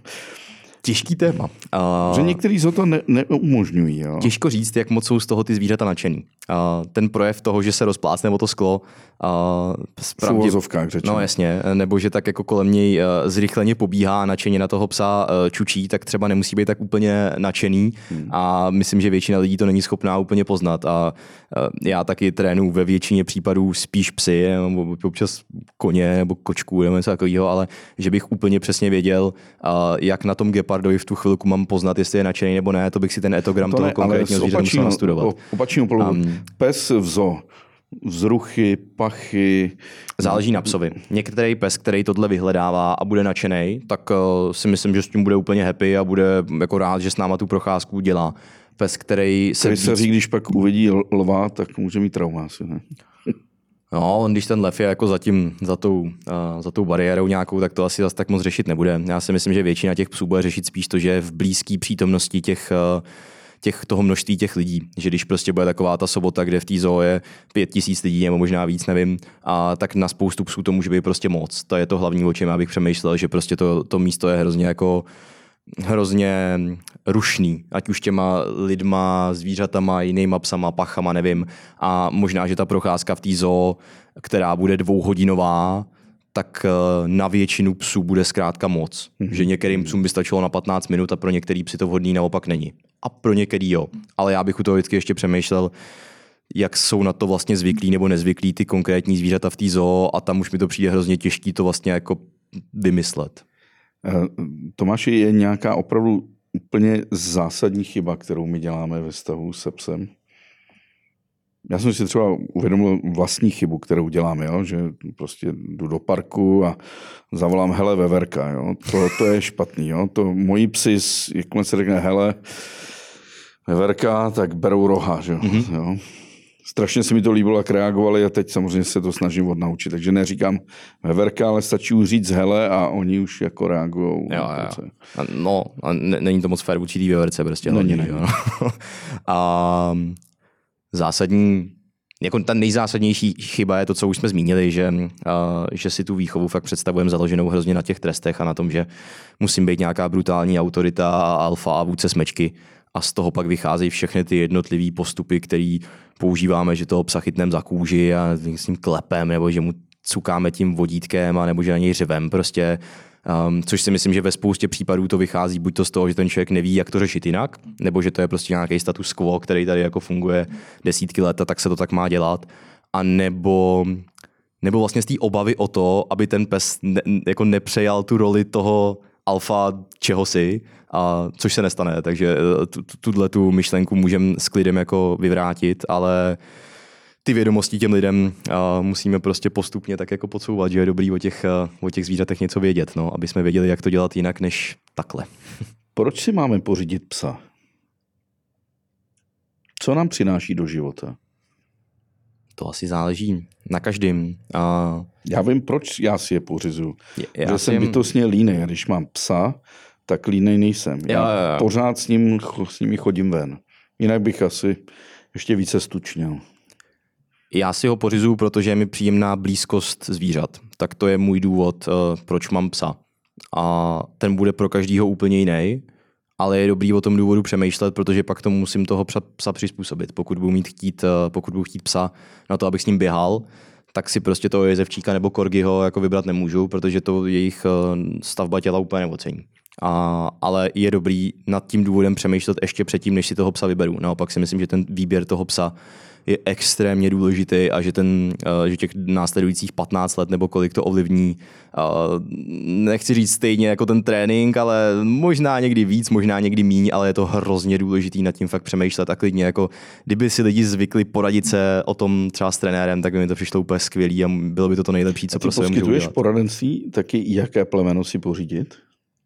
Těžký téma. Uh, že některý z to ne, neumožňují. Jo? Těžko říct, jak moc jsou z toho ty zvířata nadšený. Uh, ten projev toho, že se rozplácne o to sklo, uh, v uvozovkách řečeno. No jasně, nebo že tak jako kolem něj uh, zrychleně pobíhá a nadšeně na toho psa uh, čučí, tak třeba nemusí být tak úplně nadšený hmm. a myslím, že většina lidí to není schopná úplně poznat a uh, já taky trénuju ve většině případů spíš psy, nebo občas koně nebo kočku nebo něco takového, ale že bych úplně přesně věděl, uh, jak na tom gepardovi v tu chvilku mám poznat, jestli je nadšený nebo ne, to bych si ten etogram to toho ne, konkrétního zvířata musel nastudovat. Opačného pohledu. Um, Pes v zoo. Vzruchy, pachy. Záleží na psovi. Některý pes, který tohle vyhledává a bude nadšenej, tak uh, si myslím, že s tím bude úplně happy a bude jako rád, že s náma tu procházku dělá. Pes, který se... Který se říct, když pak uvidí lva, tak může mít trauma asi, ne? No, on když ten lev je jako zatím za tou, uh, za tou bariérou nějakou, tak to asi zase tak moc řešit nebude. Já si myslím, že většina těch psů bude řešit spíš to, že je v blízké přítomnosti těch uh, těch, toho množství těch lidí, že když prostě bude taková ta sobota, kde v té zoo je pět tisíc lidí nebo možná víc, nevím, a tak na spoustu psů to může být prostě moc. To je to hlavní, o čem já bych přemýšlel, že prostě to, to místo je hrozně jako hrozně rušný, ať už těma lidma, zvířatama, jinýma psama, pachama, nevím. A možná, že ta procházka v té zoo, která bude dvouhodinová, tak na většinu psů bude zkrátka moc. Mm-hmm. Že některým psům by stačilo na patnáct minut a pro některý psi to vhodný naopak není. A pro některý jo. Ale já bych u toho vždycky ještě přemýšlel, jak jsou na to vlastně zvyklí nebo nezvyklí ty konkrétní zvířata v té zoo a tam už mi to přijde hrozně těžký to vlastně jako vymyslet. Tomáši, je nějaká opravdu úplně zásadní chyba, kterou my děláme ve vztahu se psem? Já jsem si třeba uvědomil vlastní chybu, kterou dělám, jo? Že prostě jdu do parku a zavolám hele veverka. Jo? To, to je špatný. Jo? To moji psi, jakmile se řekne hele veverka, tak berou roha. Že? Mm-hmm. Jo? Strašně se mi to líbilo, jak reagovali a teď samozřejmě se to snažím odnaučit. Takže neříkám veverka, ale stačí už říct hele a oni už jako reagujou. Jo, jo. No, a ne, není to moc fér vůči té veverce prostě. No, hlavně, ne. Jo? A zásadní, jako ta nejzásadnější chyba je to, co už jsme zmínili, že, uh, že si tu výchovu fakt představujeme založenou hrozně na těch trestech a na tom, že musím být nějaká brutální autorita a alfa a vůdce smečky. A z toho pak vycházejí všechny ty jednotlivé postupy, které používáme, že toho psa chytneme za kůži a s ním klepem, nebo že mu cukáme tím vodítkem, a nebo že na něj řvem prostě. Um, což si myslím, že ve spoustě případů to vychází buď to z toho, že ten člověk neví, jak to řešit jinak, nebo že to je prostě nějaký status quo, který tady jako funguje desítky let a tak se to tak má dělat. A nebo, nebo vlastně z té obavy o to, aby ten pes ne, jako nepřejal tu roli toho alfa čehosi, a což se nestane, takže tuhle tu myšlenku můžeme s klidem jako vyvrátit, ale ty vědomosti těm lidem uh, musíme prostě postupně tak jako podsouvat, že je dobrý o těch, uh, o těch zvířatech něco vědět, no, aby jsme věděli, jak to dělat jinak než takhle. Proč si máme pořídit psa? Co nám přináší do života? To asi záleží na každém. Uh, já vím, proč já si je pořizuju. Já že jsem bytostně línej. Když mám psa, tak línej nejsem. Já jo, jo, jo. pořád s, ním, s nimi chodím ven. Jinak bych asi ještě více stučněl. Já si ho pořizuju, protože je mi příjemná blízkost zvířat. Tak to je můj důvod, proč mám psa. A ten bude pro každýho úplně jiný, ale je dobrý o tom důvodu přemýšlet, protože pak tomu musím toho psa, psa přizpůsobit. Pokud budu mít chtít, pokud budu chtít psa na to, abych s ním běhal, tak si prostě toho jezevčíka nebo korgiho jako vybrat nemůžu, protože to jejich stavba těla úplně neocení. A, ale je dobrý nad tím důvodem přemýšlet ještě předtím, než si toho psa vyberu. Naopak si myslím, že ten výběr toho psa je extrémně důležitý a že, ten, že těch následujících patnáct let nebo kolik to ovlivní, nechci říct stejně jako ten trénink, ale možná někdy víc, možná někdy míň, ale je to hrozně důležitý nad tím fakt přemýšlet a klidně jako kdyby si lidi zvykli poradit se o tom třeba s trenérem, tak by mi to přišlo úplně skvělý a bylo by to to nejlepší, co pro sebe můžu udělat. Poskytuješ poradenství taky, jaké plemeno si pořídit?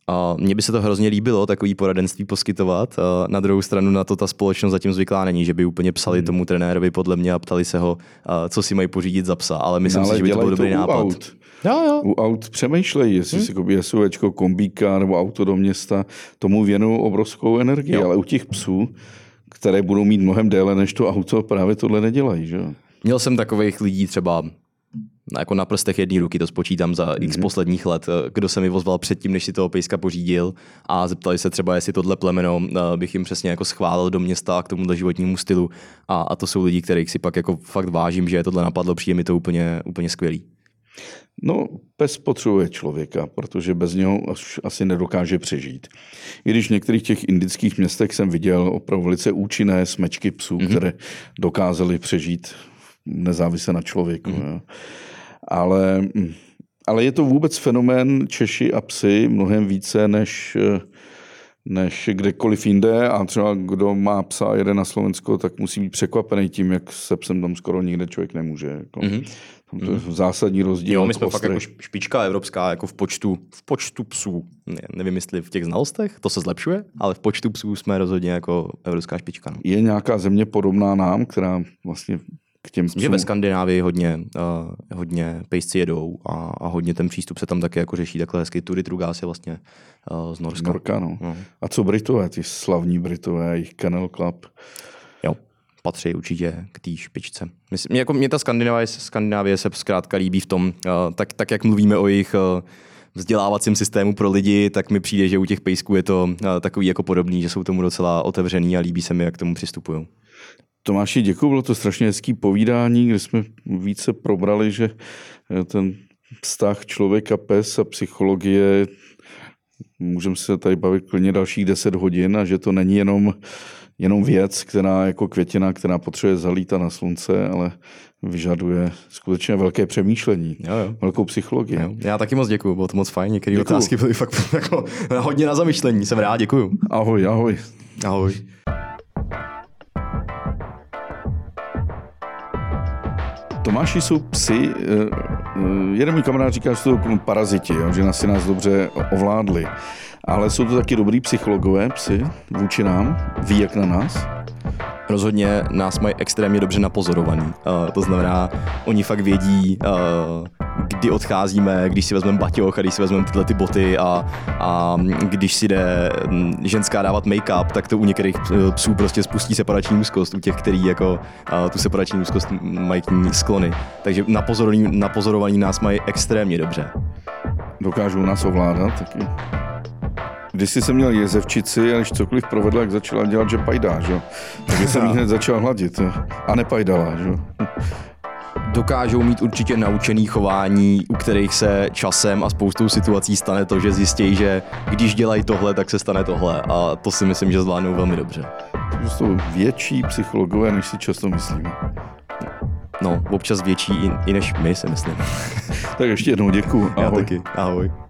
A mně by se to hrozně líbilo, takový poradenství poskytovat. A na druhou stranu na to ta společnost zatím zvyklá není, že by úplně psali tomu trenérovi podle mě a ptali se ho, co si mají pořídit za psa, ale myslím no, ale si, že by to byl dobrý nápad. Aut. Jo, jo. U aut přemýšlej, jestli hmm. si koupí SUVčko, kombíka nebo auto do města, tomu věnují obrovskou energii, jo. Ale u těch psů, které budou mít mnohem déle než to auto, právě tohle nedělají. Že? Měl jsem takových lidí třeba jako na prstech jedné ruky, to spočítám za mm-hmm. x posledních let, kdo se mi ozval předtím, než si toho pejska pořídil a zeptali se třeba, jestli tohle plemeno bych jim přesně jako schválil do města k tomuhle životnímu stylu a, a to jsou lidi, kterých si pak jako fakt vážím, že tohle napadlo, přijde mi to úplně, úplně skvělý. No, pes potřebuje člověka, protože bez něho asi nedokáže přežít. I když v některých těch indických městech jsem viděl opravdu velice účinné smečky psů, mm-hmm. které dokázaly přežít nezávisle na člověku. Mm-hmm. Ale, ale je to vůbec fenomén Češi a psy mnohem více než, než kdekoliv jinde a třeba kdo má psa a jede na Slovensko, tak musí být překvapený tím, jak se psem tam skoro nikde člověk nemůže. Jako. Mm-hmm. Tam to je zásadní rozdíl. Jo, my jsme fakt jako špička evropská jako v počtu, v počtu psů. Ne, nevím, jestli v těch znalostech, to se zlepšuje, ale v počtu psů jsme rozhodně jako evropská špička. No. Je nějaká země podobná nám, která vlastně k těm psům... Že ve Skandinávii hodně, uh, hodně pejsci jedou a, a hodně ten přístup se tam taky jako řeší takhle hezky. Tudy Trugas je vlastně uh, z Norska. Norka, no. no. A co Britové, ty slavní Britové, jejich Kennel Club? Jo, patří určitě k té špičce. Myslím, jako mě ta Skandinávie, Skandinávie se zkrátka líbí v tom, uh, tak, tak jak mluvíme o jejich uh, vzdělávacím systému pro lidi, tak mi přijde, že u těch pejsků je to uh, takový jako podobný, že jsou tomu docela otevřený a líbí se mi, jak k tomu přistupují. Tomáši, děkuji, bylo to strašně hezký povídání, kde jsme více probrali, že ten vztah člověka-pes a psychologie, můžeme se tady bavit klidně dalších deset hodin a že to není jenom, jenom věc, která jako květina, která potřebuje zalítat na slunce, ale vyžaduje skutečně velké přemýšlení, jo, jo. velkou psychologii. Jo. Já taky moc děkuji, bylo to moc fajn, některé otázky byly fakt jako hodně na zamyšlení, jsem rád, děkuji. Ahoj, ahoj. Ahoj. Tomáši, jsou psy, jeden můj kamarád říká, že jsou paraziti, jo, že asi nás dobře ovládli, ale jsou to taky dobrý psychologové psy vůči nám, ví jak na nás? Rozhodně nás mají extrémně dobře napozorovaný. Uh, to znamená, oni fakt vědí, uh, kdy odcházíme, když si vezmeme baťoch a když si vezmeme tyhle ty boty a, a když si jde ženská dávat make-up, tak to u některých psů prostě spustí separační úzkost, u těch, který jako uh, tu separační úzkost mají k ní sklony. Takže napozorovaní, napozorovaní nás mají extrémně dobře. Dokážou nás ovládat taky. Když jsi se měl jezevčici a když cokoliv provedla, jak začala dělat, že pajdá, že? Takže jsem jí hned začal hladit a nepajdala, že? Dokážou mít určitě naučený chování, u kterých se časem a spoustou situací stane to, že zjistí, že když dělají tohle, tak se stane tohle a to si myslím, že zvládnou velmi dobře. Takže jsou větší psychologové, než si často myslíme. No, občas větší i, i než my, si myslím. Tak ještě jednou děkuju. Ahoj. Já taky. Ahoj.